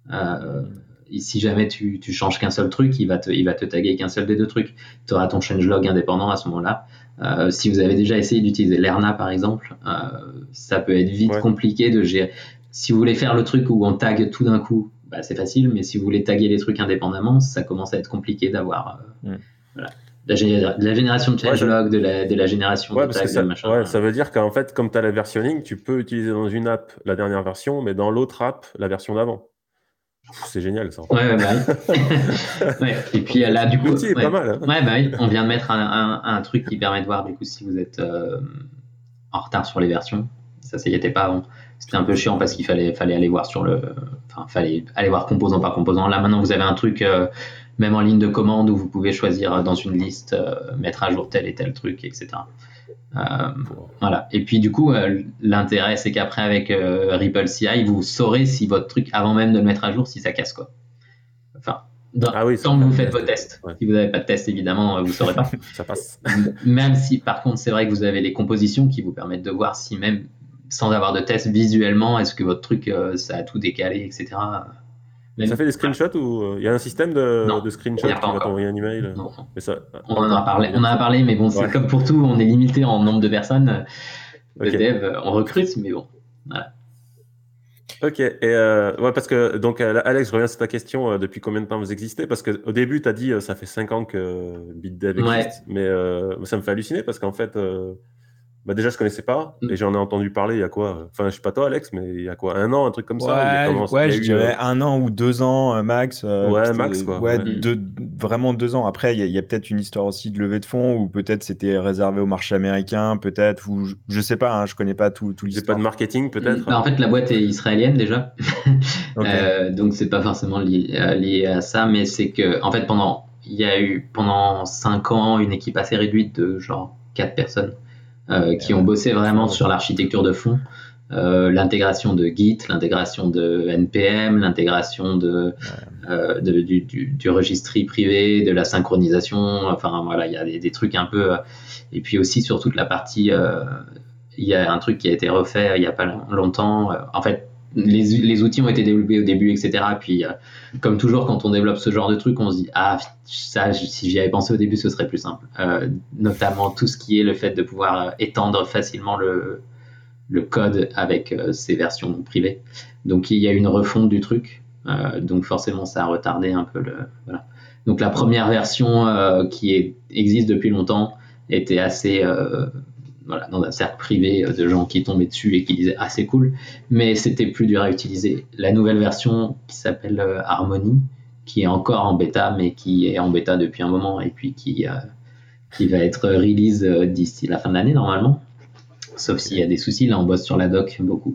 Et si jamais tu changes qu'un seul truc, il va te taguer qu'un seul des deux trucs. Tu auras ton changelog indépendant à ce moment-là. Si vous avez déjà essayé d'utiliser Lerna par exemple, ça peut être vite compliqué de gérer. Si vous voulez faire le truc où on tag tout d'un coup, bah, c'est facile, mais si vous voulez taguer les trucs indépendamment, ça commence à être compliqué d'avoir voilà, de la génération de changelog, de la génération de tags, de machin. Ouais, ça veut dire qu'en fait, comme tu as la versionning, tu peux utiliser dans une app la dernière version, mais dans l'autre app, la version d'avant. C'est génial ça. Ouais. Ouais. Et puis là, du coup, l'outil est pas mal. Hein. Ouais, bah oui, on vient de mettre un truc qui permet de voir du coup si vous êtes en retard sur les versions. Ça y était pas avant. C'était un peu chiant parce qu'il fallait aller voir fallait aller voir composant par composant. Là maintenant, vous avez un truc même en ligne de commande où vous pouvez choisir dans une liste, mettre à jour tel et tel truc, etc. Voilà. Et puis du coup, l'intérêt, c'est qu'après avec Ripple CI, vous saurez si votre truc, avant même de le mettre à jour, si ça casse quoi. Enfin, tant que vous faites vos tests. Ouais. Si vous n'avez pas de test, évidemment, vous ne saurez pas. Ça passe. Même si, par contre, c'est vrai que vous avez les compositions qui vous permettent de voir si même sans avoir de test visuellement, est-ce que votre truc, ça a tout décalé, etc. Ça fait des screenshots ou il y a un système de screenshots qui va t'envoyer un email? Non. Mais ça, on en a parlé, mais bon, c'est comme pour tout, on est limité en nombre de personnes de dev, on recrute, mais bon, voilà. Ok, et parce que, donc Alex, je reviens sur ta question, depuis combien de temps vous existez? Parce qu'au début, tu as dit ça fait 5 ans que BitDev existe, mais ça me fait halluciner parce qu'en fait, déjà, je connaissais pas et j'en ai entendu parler il y a quoi? Enfin, je sais pas toi, Alex, mais il y a quoi? 1 an, un truc comme ça? Je dirais 1 an ou 2 ans max. Max, quoi. Vraiment 2 ans. Après, il y a peut-être une histoire aussi de levée de fonds ou peut-être c'était réservé au marché américain, peut-être, ou je sais pas, je connais pas tout l'histoire. C'est pas de marketing, peut-être? En fait, la boîte est israélienne déjà. Donc, c'est pas forcément lié à ça, mais c'est que, en fait, il y a eu pendant 5 ans une équipe assez réduite de genre 4 personnes. Qui ont bossé vraiment sur l'architecture de fond, l'intégration de Git, l'intégration de NPM, l'intégration du registry privé, de la synchronisation, enfin voilà, il y a des trucs un peu, et puis aussi sur toute la partie, il y a un truc qui a été refait il n'y a pas longtemps, en fait, les outils ont été développés au début, etc. Puis, comme toujours, quand on développe ce genre de truc, on se dit ça, si j'y avais pensé au début, ce serait plus simple. Notamment tout ce qui est le fait de pouvoir étendre facilement le code avec ces versions privées. Donc, il y a une refonte du truc. Donc, forcément, ça a retardé un peu voilà. Donc, la première version qui existe depuis longtemps était assez dans un cercle privé de gens qui tombaient dessus et qui disaient c'est cool, mais c'était plus dur à utiliser. La nouvelle version qui s'appelle Harmony, qui est encore en bêta, mais qui est en bêta depuis un moment et puis qui va être release d'ici la fin de l'année normalement, sauf s'il y a des soucis. Là on bosse sur la doc beaucoup.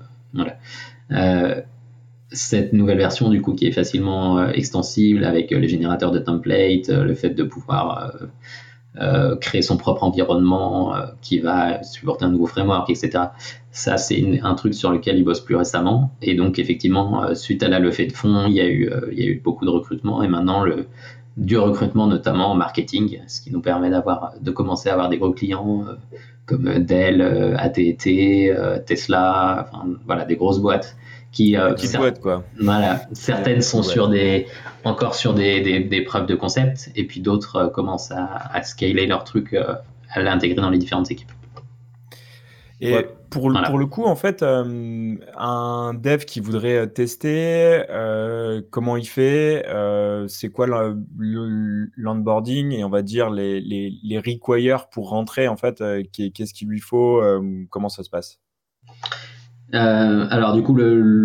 Cette nouvelle version du coup qui est facilement extensible avec les générateurs de templates, le fait de pouvoir créer son propre environnement qui va supporter un nouveau framework, etc. Ça, c'est un truc sur lequel ils bossent plus récemment. Et donc, effectivement, suite à la levée de fonds, il y a eu beaucoup de recrutement. Et maintenant, du recrutement, notamment en marketing, ce qui nous permet de commencer à avoir des gros clients comme Dell, AT&T, Tesla, enfin, voilà, des grosses boîtes. Boîte, quoi. Voilà, certaines sont encore sur des preuves de concept, et puis d'autres commencent à scaler leur truc, à l'intégrer dans les différentes équipes. Et pour le coup, en fait, un dev qui voudrait tester, comment il fait, c'est quoi l'onboarding et on va dire les requires pour rentrer, en fait, qu'est-ce qu'il lui faut, comment ça se passe? Alors du coup,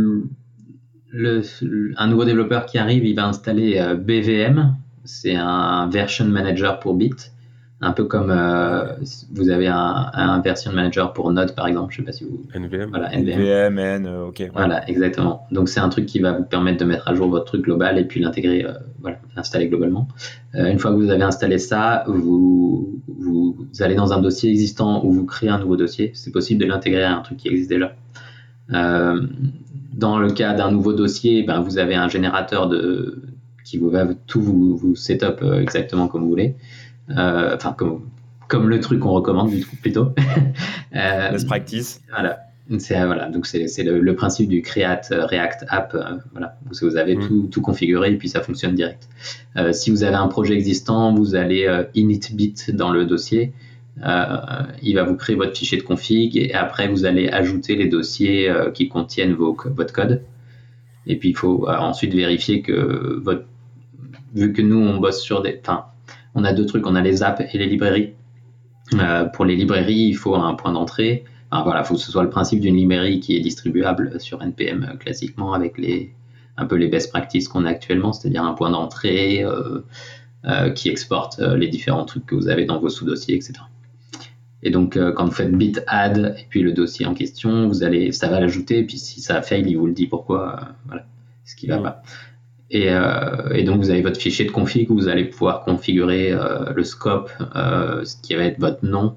un nouveau développeur qui arrive, il va installer BVM, c'est un version manager pour Bit, un peu comme vous avez un version manager pour Node par exemple, je sais pas si vous... NVM. Voilà, NVM. ok. Voilà, exactement. Donc c'est un truc qui va vous permettre de mettre à jour votre truc global et puis l'intégrer, l'installer globalement. Une fois que vous avez installé ça, vous allez dans un dossier existant ou vous créez un nouveau dossier. C'est possible de l'intégrer à un truc qui existe déjà. Dans le cas d'un nouveau dossier, vous avez un générateur qui va tout vous setup exactement comme vous voulez. Enfin, comme le truc qu'on recommande plutôt. Best practice. Voilà. Voilà, donc c'est le principe du Create React App, voilà, où vous avez tout configuré et puis ça fonctionne direct. Si vous avez un projet existant, vous allez initbit dans le dossier, il va vous créer votre fichier de config et après vous allez ajouter les dossiers qui contiennent votre code. Et puis il faut ensuite vérifier que vu que nous on bosse sur on a deux trucs, on a les apps et les librairies. Pour les librairies, il faut un point d'entrée. Voilà, faut que ce soit le principe d'une librairie qui est distribuable sur NPM classiquement avec un peu les best practices qu'on a actuellement, c'est-à-dire un point d'entrée qui exporte les différents trucs que vous avez dans vos sous-dossiers, etc. Et donc, quand vous faites bit add et puis le dossier en question, ça va l'ajouter. Et puis si ça fail, il vous le dit pourquoi, voilà, ce qui va pas. Et donc, vous avez votre fichier de config où vous allez pouvoir configurer le scope, ce qui va être votre nom.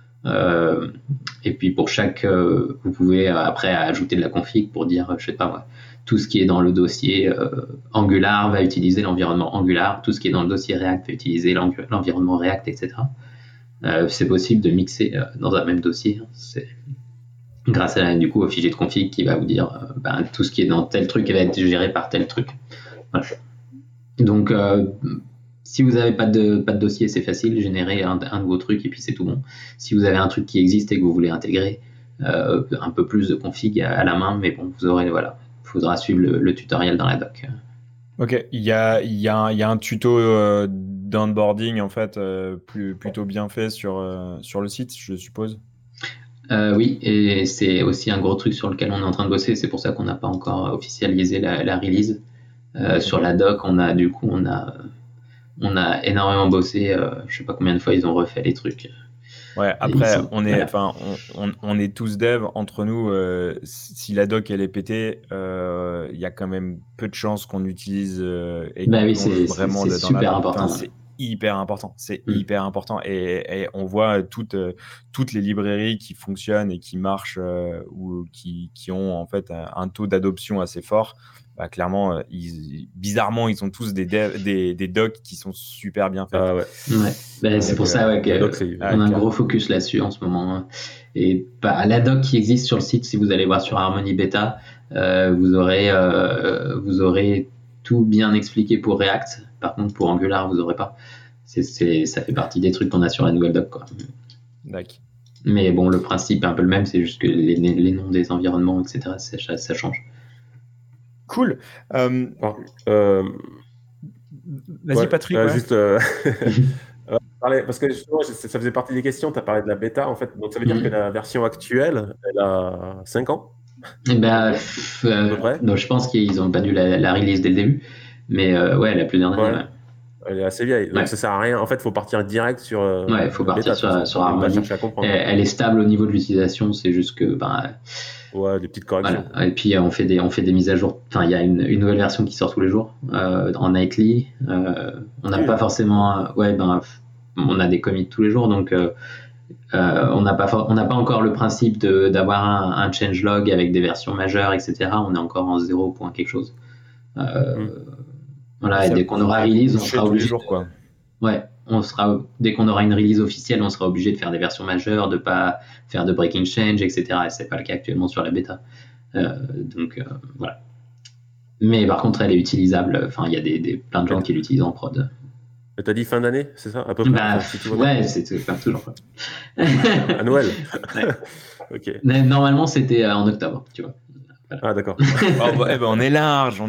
Et puis pour vous pouvez après ajouter de la config pour dire, je sais pas moi, tout ce qui est dans le dossier Angular va utiliser l'environnement Angular, tout ce qui est dans le dossier React va utiliser l'environnement React, etc. C'est possible de mixer dans un même dossier. C'est grâce du coup au fichier de config qui va vous dire tout ce qui est dans tel truc va être géré par tel truc. Voilà. Donc si vous n'avez pas de dossier, c'est facile, générer un nouveau truc et puis c'est tout bon. Si vous avez un truc qui existe et que vous voulez intégrer, un peu plus de config à la main, mais bon, vous aurez, voilà, il faudra suivre le tutoriel dans la doc. Ok, il y a un tuto d'onboarding en fait plutôt bien fait sur le site, je suppose. Oui, et c'est aussi un gros truc sur lequel on est en train de bosser, c'est pour ça qu'on n'a pas encore officialisé la release. Sur la doc, on a énormément bossé, je sais pas combien de fois ils ont refait les trucs. Ouais, après, on est tous devs entre nous. Si la doc elle est pétée, il y a quand même peu de chances qu'on utilise et qu'on oui, plonge vraiment c'est super important. C'est hyper important. C'est hyper important. Et on voit toutes les librairies qui fonctionnent et qui marchent ou qui ont en fait un taux d'adoption assez fort. Clairement, bizarrement, ils ont tous des docs qui sont super bien faits. C'est pour ça qu'on a un gros focus là-dessus en ce moment. Et la doc qui existe sur le site, si vous allez voir sur Harmony Beta, vous aurez tout bien expliqué pour React. Par contre, pour Angular, vous n'aurez pas. Ça fait partie des trucs qu'on a sur la nouvelle doc, quoi. D'accord. Mais bon, le principe est un peu le même, c'est juste que les noms des environnements, etc., ça change. Cool. Vas-y, Patrick. Juste parce que justement, ça faisait partie des questions. Tu as parlé de la bêta, en fait. Donc, ça veut dire que la version actuelle, elle a 5 ans à peu près. Donc, je pense qu'ils n'ont pas dû la release dès le début. Mais ouais, elle a plusieurs années. Ouais. Elle est assez vieille. Donc, ça sert à rien. En fait, il faut partir direct sur. Il faut partir sur Harmony. Elle est stable au niveau de l'utilisation. C'est juste que. Des petites corrections. Voilà. Et puis on fait des mises à jour. Enfin, il y a une nouvelle version qui sort tous les jours en nightly. On n'a pas forcément. On a des commits tous les jours, donc on n'a pas encore le principe d'avoir un changelog avec des versions majeures, etc. On est encore en 0 point quelque chose. Voilà. Et dès qu'on aura release, on sera obligé. Dès qu'on aura une release officielle, on sera obligé de faire des versions majeures, de pas faire de breaking change, etc. Et c'est pas le cas actuellement sur la bêta. Donc voilà. Mais par contre, elle est utilisable. Enfin, il y a plein de gens qui l'utilisent en prod. T'as dit fin d'année, c'est ça à peu près c'est toujours pas. À Noël. Ok. Mais normalement, c'était en octobre, tu vois. Voilà. Ah d'accord. On est large.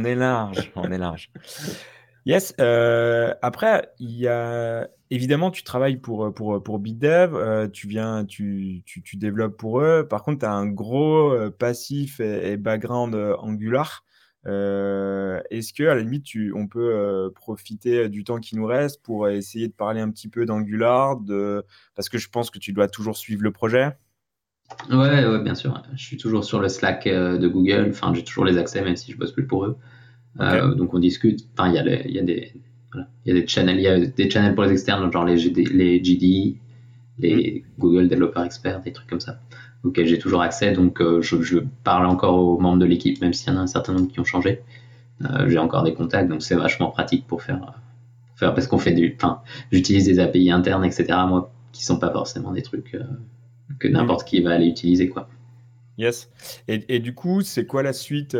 Yes. Après, il y a évidemment, tu travailles pour BitDev, tu développes pour eux. Par contre, tu as un gros passif et background Angular. Est-ce que à la limite, on peut profiter du temps qui nous reste pour essayer de parler un petit peu d'Angular, parce que je pense que tu dois toujours suivre le projet. Ouais, bien sûr. Je suis toujours sur le Slack de Google. Enfin, j'ai toujours les accès, même si je bosse plus pour eux. Okay. Donc on discute. Enfin, il y a des channels pour les externes, genre les GDE, les Google Developer Expert, des trucs comme ça, auxquels j'ai toujours accès. Donc je parle encore aux membres de l'équipe, même s'il y en a un certain nombre qui ont changé. J'ai encore des contacts, donc c'est vachement pratique pour faire parce qu'on fait j'utilise des API internes, etc. Moi, qui sont pas forcément des trucs que n'importe qui va aller utiliser, quoi. Yes. Et du coup, c'est quoi la suite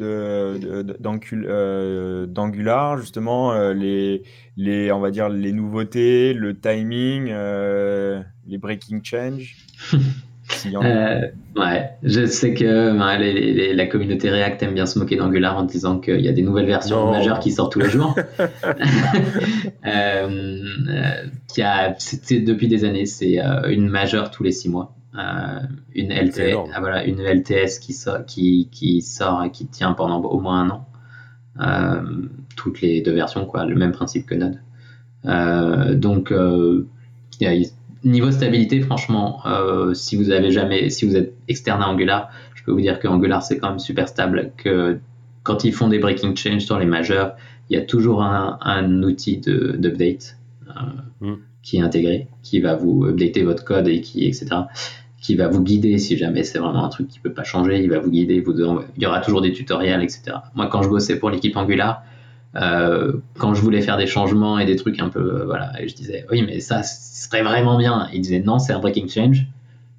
d'Angular, justement, on va dire les nouveautés, le timing, les breaking change, s'il y en a. Ouais, je sais que la communauté React aime bien se moquer d'Angular en disant qu'il y a des nouvelles versions majeures qui Non. sortent tous les jours. C'était depuis des années, c'est une majeure tous les 6 mois. Une C'est LTS, énorme. voilà, une LTS qui sort et qui tient pendant au moins un an. Toutes les 2 versions, quoi, le même principe que Node. Donc, niveau stabilité, franchement, si vous êtes externe à Angular, je peux vous dire que Angular c'est quand même super stable. Que quand ils font des breaking change sur les majeurs, il y a toujours un outil d'update qui est intégré, qui va vous updater votre code etc. Qui va vous guider si jamais c'est vraiment un truc qui peut pas changer. Il va vous guider, il y aura toujours des tutoriels, etc. Moi, quand je bossais pour l'équipe Angular, quand je voulais faire des changements et des trucs un peu, voilà, et je disais oui, mais ça serait vraiment bien. Il disait non, c'est un breaking change.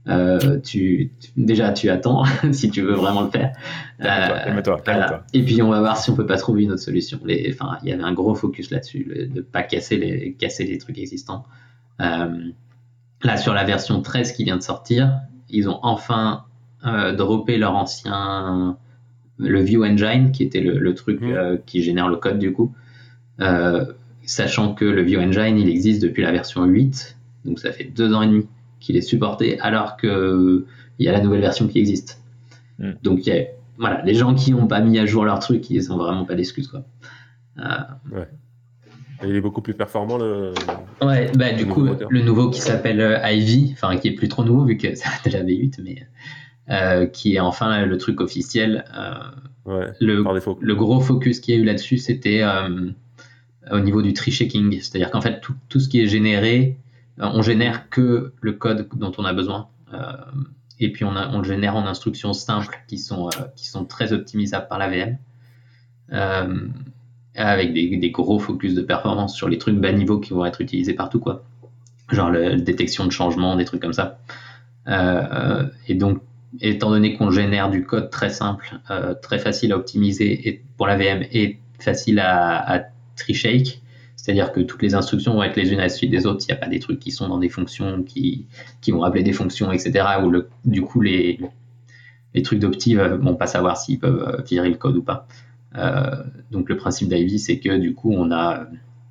Déjà tu attends si tu veux vraiment le faire. Calme-toi. Voilà. Et puis on va voir si on peut pas trouver une autre solution. Il y avait un gros focus là-dessus, de pas casser les trucs existants. Là sur la version 13 qui vient de sortir, ils ont enfin droppé leur ancien le View Engine qui était le truc qui génère le code du coup. Sachant que le View Engine il existe depuis la version 8, donc ça fait 2 ans et demi qu'il est supporté alors qu'il y a la nouvelle version qui existe. Donc voilà, les gens qui n'ont pas mis à jour leur truc, ils n'ont vraiment pas d'excuses, quoi. Ouais. Et il est beaucoup plus performant Ouais, bah du coup le nouveau qui s'appelle Ivy, enfin qui est plus trop nouveau vu que ça a déjà V8, mais qui est enfin le truc officiel. Ouais, par défaut. Le gros focus qu'il y a eu là-dessus, c'était au niveau du tree checking, c'est-à-dire qu'en fait tout ce qui est généré, on génère que le code dont on a besoin, et puis on le génère en instructions simples qui sont très optimisables par la VM, avec des gros focus de performance sur les trucs bas niveau qui vont être utilisés partout, quoi, genre la détection de changement, des trucs comme ça. Et donc étant donné qu'on génère du code très simple, très facile à optimiser et pour la VM et facile à tree shake, c'est-à-dire que toutes les instructions vont être les unes à la suite des autres, il n'y a pas des trucs qui sont dans des fonctions qui vont appeler des fonctions, etc. Où du coup les trucs d'opti vont pas savoir s'ils peuvent virer le code ou pas. Donc le principe d'Ivy, c'est que du coup on a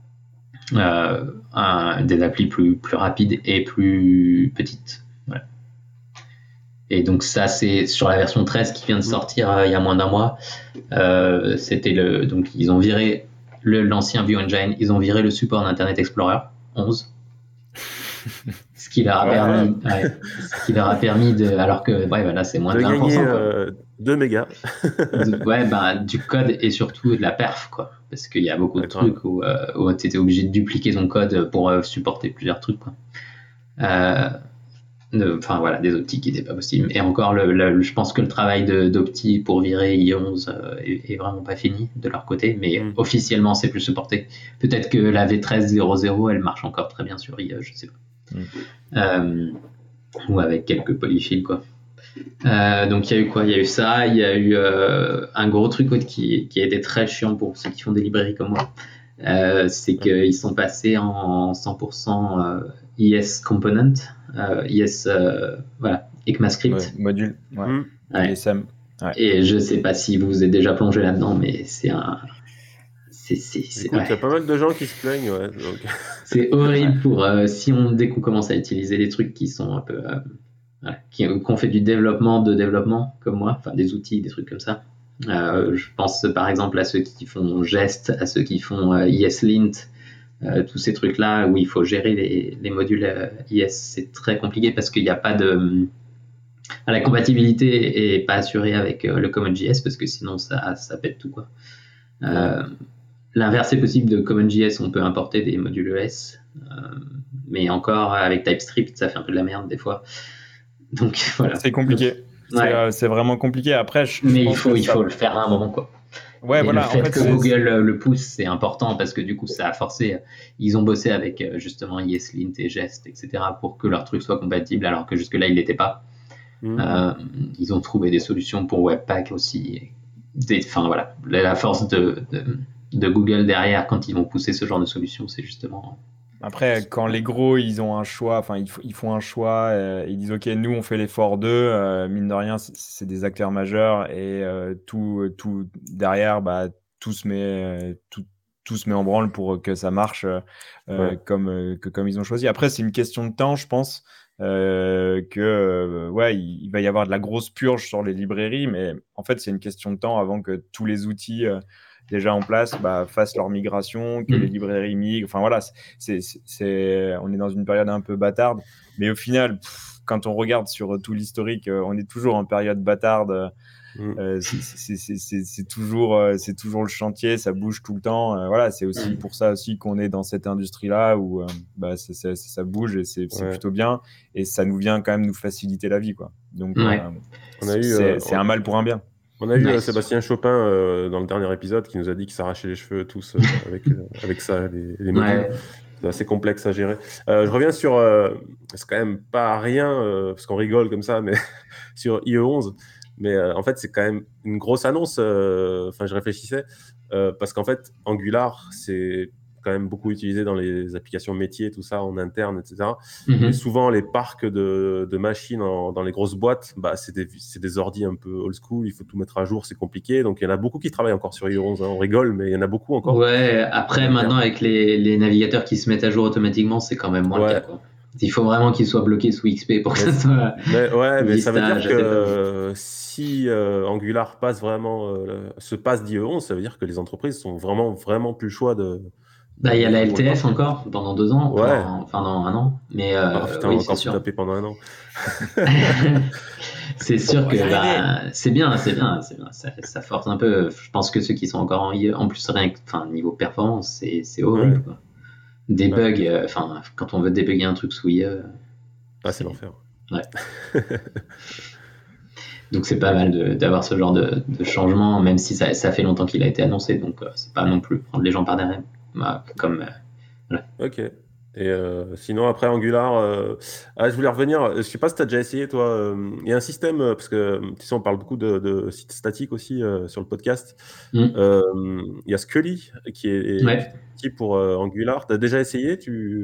des applis plus rapides et plus petites. Voilà. Et donc ça, c'est sur la version 13 qui vient de sortir il y a moins d'un mois. Donc ils ont viré l'ancien View Engine, ils ont viré le support d'Internet Explorer 11. Ce qui leur a permis de, alors que là c'est moins de 20%. 2 mégas. Du code et surtout de la perf, quoi. Parce qu'il y a beaucoup de trucs où tu étais obligé de dupliquer ton code pour supporter plusieurs trucs, quoi. Des optis qui n'étaient pas possibles. Et encore, je pense que le travail d'opti pour virer i11 est vraiment pas fini de leur côté, mais officiellement c'est plus supporté. Peut-être que la V13.0.0 elle marche encore très bien sur i, je sais pas. Ou avec quelques polyfills, quoi. Donc il y a eu quoi? Il y a eu ça, il y a eu un gros truc qui a été très chiant pour ceux qui font des librairies comme moi. C'est qu'ils sont passés en 100% ES Component, ECMAScript. Module, ISM. Et je sais pas si vous êtes déjà plongé là-dedans, mais c'est un... Écoute, il y a pas mal de gens qui se plaignent, ouais. Donc... c'est horrible dès qu'on commence à utiliser des trucs qui sont un peu... qu'on fait du développement comme moi, enfin des outils, des trucs comme ça. Je pense par exemple à ceux qui font Jest, à ceux qui font ESLint, tous ces trucs-là où il faut gérer les modules IS, c'est très compliqué parce qu'il n'y a pas de... La compatibilité est pas assurée avec le CommonJS parce que sinon ça pète tout, quoi. L'inverse est possible de CommonJS, on peut importer des modules ES, mais encore avec TypeScript, ça fait un peu de la merde des fois. Donc voilà. C'est compliqué. C'est vraiment compliqué. Après, mais il faut le faire à un moment, quoi. Ouais, voilà. Le fait que Google le pousse, c'est important parce que du coup, ça a forcé. Ils ont bossé avec justement ESLint et Jest, etc. pour que leur truc soit compatible, alors que jusque-là, il l'était pas. Ils ont trouvé des solutions pour Webpack aussi. Enfin voilà, la force de Google derrière quand ils vont pousser ce genre de solution, c'est justement. Après, quand les gros, ils ont un choix, enfin, ils font un choix, ils disent, OK, nous, on fait l'effort d'eux, mine de rien, c'est des acteurs majeurs, et tout derrière, bah, tout se met en branle pour que ça marche comme ils ont choisi. Après, c'est une question de temps, je pense, ouais, il va y avoir de la grosse purge sur les librairies, mais en fait, c'est une question de temps avant que tous les outils déjà en place fassent leur migration, que les librairies migrent. Enfin voilà, on est dans une période un peu bâtarde, mais au final, quand on regarde sur tout l'historique, on est toujours en période bâtarde. C'est toujours le chantier, ça bouge tout le temps. Voilà, c'est aussi pour ça aussi qu'on est dans cette industrie-là où ça bouge et c'est plutôt bien, et ça nous vient quand même nous faciliter la vie, quoi. Donc c'est un mal pour un bien. On a eu Sébastien Chopin dans le dernier épisode qui nous a dit qu'il s'arrachait les cheveux tous avec ça, les modules. Ouais. C'est assez complexe à gérer. Je reviens sur, c'est quand même pas rien, parce qu'on rigole comme ça, mais sur IE11. Mais en fait, c'est quand même une grosse annonce. Enfin, je réfléchissais, parce qu'en fait, Angular, c'est quand même beaucoup utilisé dans les applications métiers, tout ça, en interne, etc. Et souvent, les parcs de machines dans les grosses boîtes, c'est des ordi un peu old school, il faut tout mettre à jour, c'est compliqué. Donc, il y en a beaucoup qui travaillent encore sur IE11. On rigole, mais il y en a beaucoup encore. Ouais, après, maintenant, avec les navigateurs qui se mettent à jour automatiquement, c'est quand même moins le cas, quoi. Il faut vraiment qu'ils soient bloqués sous XP pour que ça soit. Mais ça veut dire que si Angular se passe d'IE11, ça veut dire que les entreprises sont vraiment plus le choix de. Il y a la LTS encore pendant 2 ans, ouais. enfin non, 1 an. Mais putain, oui, on va encore se taper pendant 1 an. C'est sûr que c'est bien, ça force un peu. Je pense que ceux qui sont encore en IE, en plus rien que niveau performance, c'est horrible, quoi. Des bugs, quand on veut débugger un truc sous IE, c'est l'enfer. Ouais. Donc c'est pas mal d'avoir ce genre de changement, même si ça fait longtemps qu'il a été annoncé, donc c'est pas non plus prendre les gens par derrière. Voilà. Ok. Et sinon, après Angular, je voulais revenir. Je sais pas si tu as déjà essayé, toi. Il y a un système, parce que tu sais, on parle beaucoup de sites statiques aussi sur le podcast. Il y a Scully qui est petit pour Angular. Tu as déjà essayé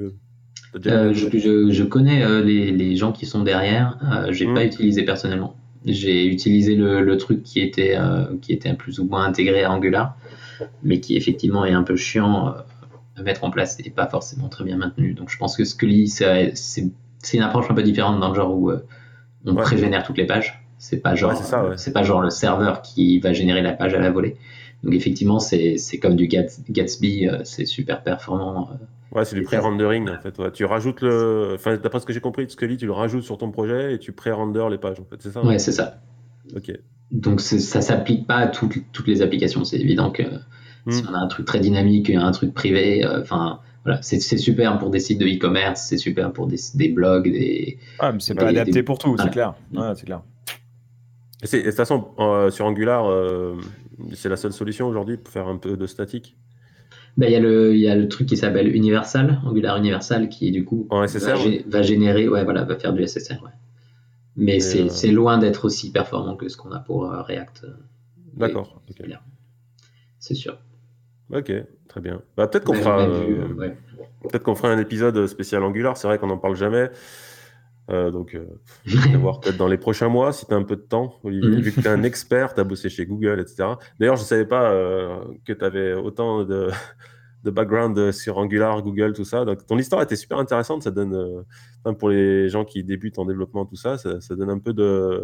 je connais les gens qui sont derrière. J'ai pas utilisé personnellement. J'ai utilisé le truc qui était plus ou moins intégré à Angular, mais qui effectivement est un peu chiant à mettre en place et pas forcément très bien maintenu. Donc je pense que Scully, c'est une approche un peu différente dans le genre où on pré-génère toutes les pages. C'est pas genre c'est pas genre le serveur qui va générer la page à la volée. Donc effectivement, c'est comme du Gatsby, c'est super performant. C'est du pré-rendering en fait. Tu rajoutes d'après ce que j'ai compris de Scully, tu le rajoutes sur ton projet et tu pré-render les pages en fait. C'est ça? Ouais, c'est ça. Ok. Donc ça s'applique pas à toutes les applications. C'est évident que si on a un truc très dynamique, un truc privé, voilà, c'est super pour des sites de e-commerce, c'est super pour des blogs, mais c'est pas adapté pour tout, c'est clair. Ouais, c'est clair. Et de toute façon, sur Angular, c'est la seule solution aujourd'hui pour faire un peu de statique. Il y a le truc qui s'appelle Universal, Angular Universal, qui du coup va générer, va faire du SSR. Ouais. Mais c'est loin d'être aussi performant que ce qu'on a pour React. D'accord. Okay. C'est sûr. Ok, très bien. Peut-être qu'on fera, peut-être qu'on fera un épisode spécial Angular. C'est vrai qu'on n'en parle jamais. Donc, on va voir peut-être dans les prochains mois, si tu as un peu de temps, Olivier, vu que tu es un expert, tu as bossé chez Google, etc. D'ailleurs, je ne savais pas que tu avais autant de background sur Angular, Google, tout ça. Donc, ton histoire était super intéressante. Ça donne, pour les gens qui débutent en développement, tout ça, ça donne un peu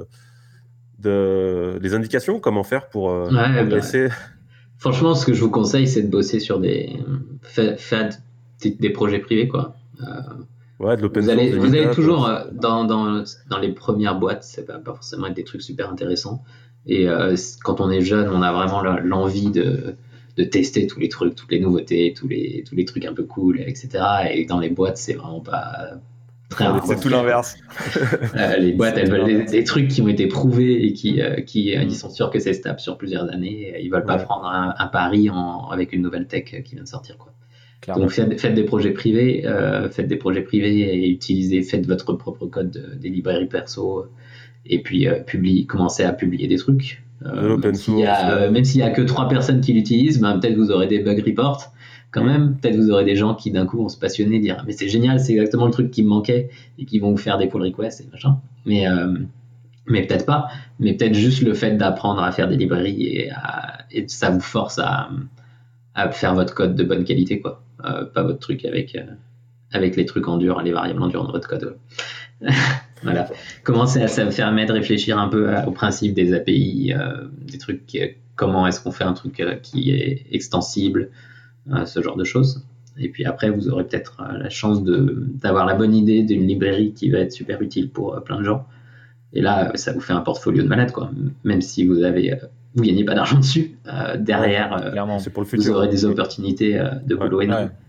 des indications, comment faire pour progresser. Franchement, ce que je vous conseille, c'est de bosser sur faire des projets privés, quoi. De l'open source. Vous allez toujours ouais. dans les premières boîtes, ça va pas forcément être des trucs super intéressants. Et quand on est jeune, on a vraiment l'envie de tester tous les trucs, toutes les nouveautés, tous les trucs un peu cool, etc. Et dans les boîtes, c'est vraiment pas très important. C'est tout l'inverse. Les boîtes, elles veulent des trucs qui ont été prouvés et qui ils sont sûrs que c'est stable sur plusieurs années. Ils veulent pas prendre un pari avec une nouvelle tech qui vient de sortir, quoi. Clairement. Donc faites des projets privés, et faites votre propre code des librairies perso, et puis commencer à publier des trucs. L'open source. Même s'il y a que 3 personnes qui l'utilisent, peut-être vous aurez des bug reports quand même. Peut-être vous aurez des gens qui d'un coup vont se passionner, dire mais c'est génial, c'est exactement le truc qui me manquait, et qui vont vous faire des pull requests et machin. Mais peut-être pas. Mais peut-être juste le fait d'apprendre à faire des librairies et ça vous force à faire votre code de bonne qualité, quoi. Pas votre truc avec les trucs en dur, les variables en dur dans votre code. Voilà. Commencer à m'aide à réfléchir un peu au principe des API, des trucs, comment est-ce qu'on fait un truc qui est extensible, ce genre de choses. Et puis après, vous aurez peut-être la chance d'avoir la bonne idée d'une librairie qui va être super utile pour plein de gens. Et là, ça vous fait un portfolio de malade, quoi. Même si vous gagnez pas d'argent dessus, derrière, c'est pour le futur. Vous aurez des opportunités de boulot énorme. Ouais.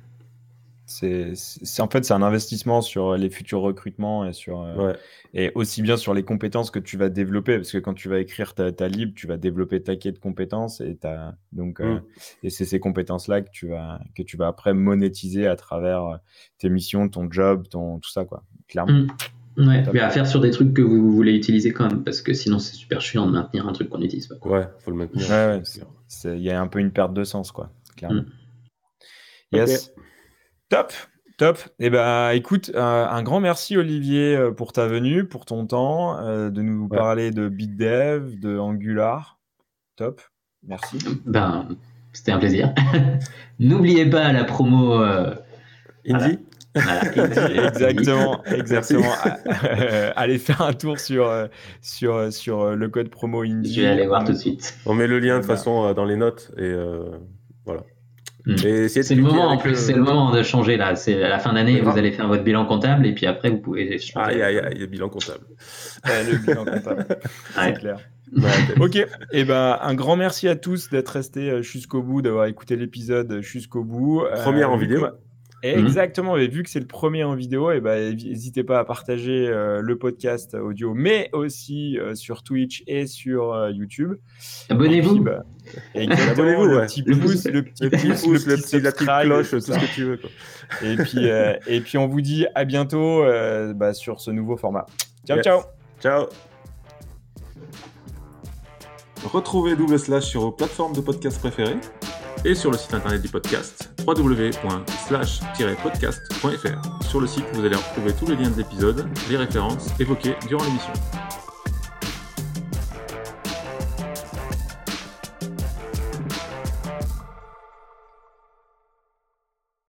En fait, c'est un investissement sur les futurs recrutements et aussi bien sur les compétences que tu vas développer, parce que quand tu vas écrire ta lib, tu vas développer ta quête de compétences et et c'est ces compétences-là que tu vas après monétiser à travers tes missions, ton job, tout ça, quoi. Clairement. Ouais, mais à faire sur des trucs que vous voulez utiliser quand même, parce que sinon c'est super chiant de maintenir un truc qu'on n'utilise pas, quoi. Ouais, faut le maintenir. Ouais, il y a un peu une perte de sens, quoi, clairement. Yes. Okay. Top. Eh ben, écoute, un grand merci Olivier pour ta venue, pour ton temps, de nous parler de BitDev, de Angular. Top. Merci. C'était un plaisir. N'oubliez pas la promo Indie. Exactement. Allez faire un tour sur le code promo Indie. Je vais aller voir tout de suite. On met le lien de toute façon dans les notes et voilà. C'est le moment en plus, c'est le moment de changer là. C'est à la fin d'année, vous allez faire votre bilan comptable et puis après vous pouvez changer. Le bilan comptable. Le bilan comptable, c'est clair. Ok, et un grand merci à tous d'être restés jusqu'au bout, d'avoir écouté l'épisode jusqu'au bout. Première en vidéo. Exactement, et vu que c'est le premier en vidéo, n'hésitez pas à partager le podcast audio, mais aussi sur Twitch et sur YouTube. Abonnez-vous. Abonnez-vous, le petit pouce, le petit la petite cloche, tout ce que tu veux, quoi. Et puis on vous dit à bientôt sur ce nouveau format. Ciao. Retrouvez // sur vos plateformes de podcast préférées et sur le site internet du podcast www.slash-podcast.fr. Sur le site, vous allez retrouver tous les liens de l'épisode, les références évoquées durant l'émission.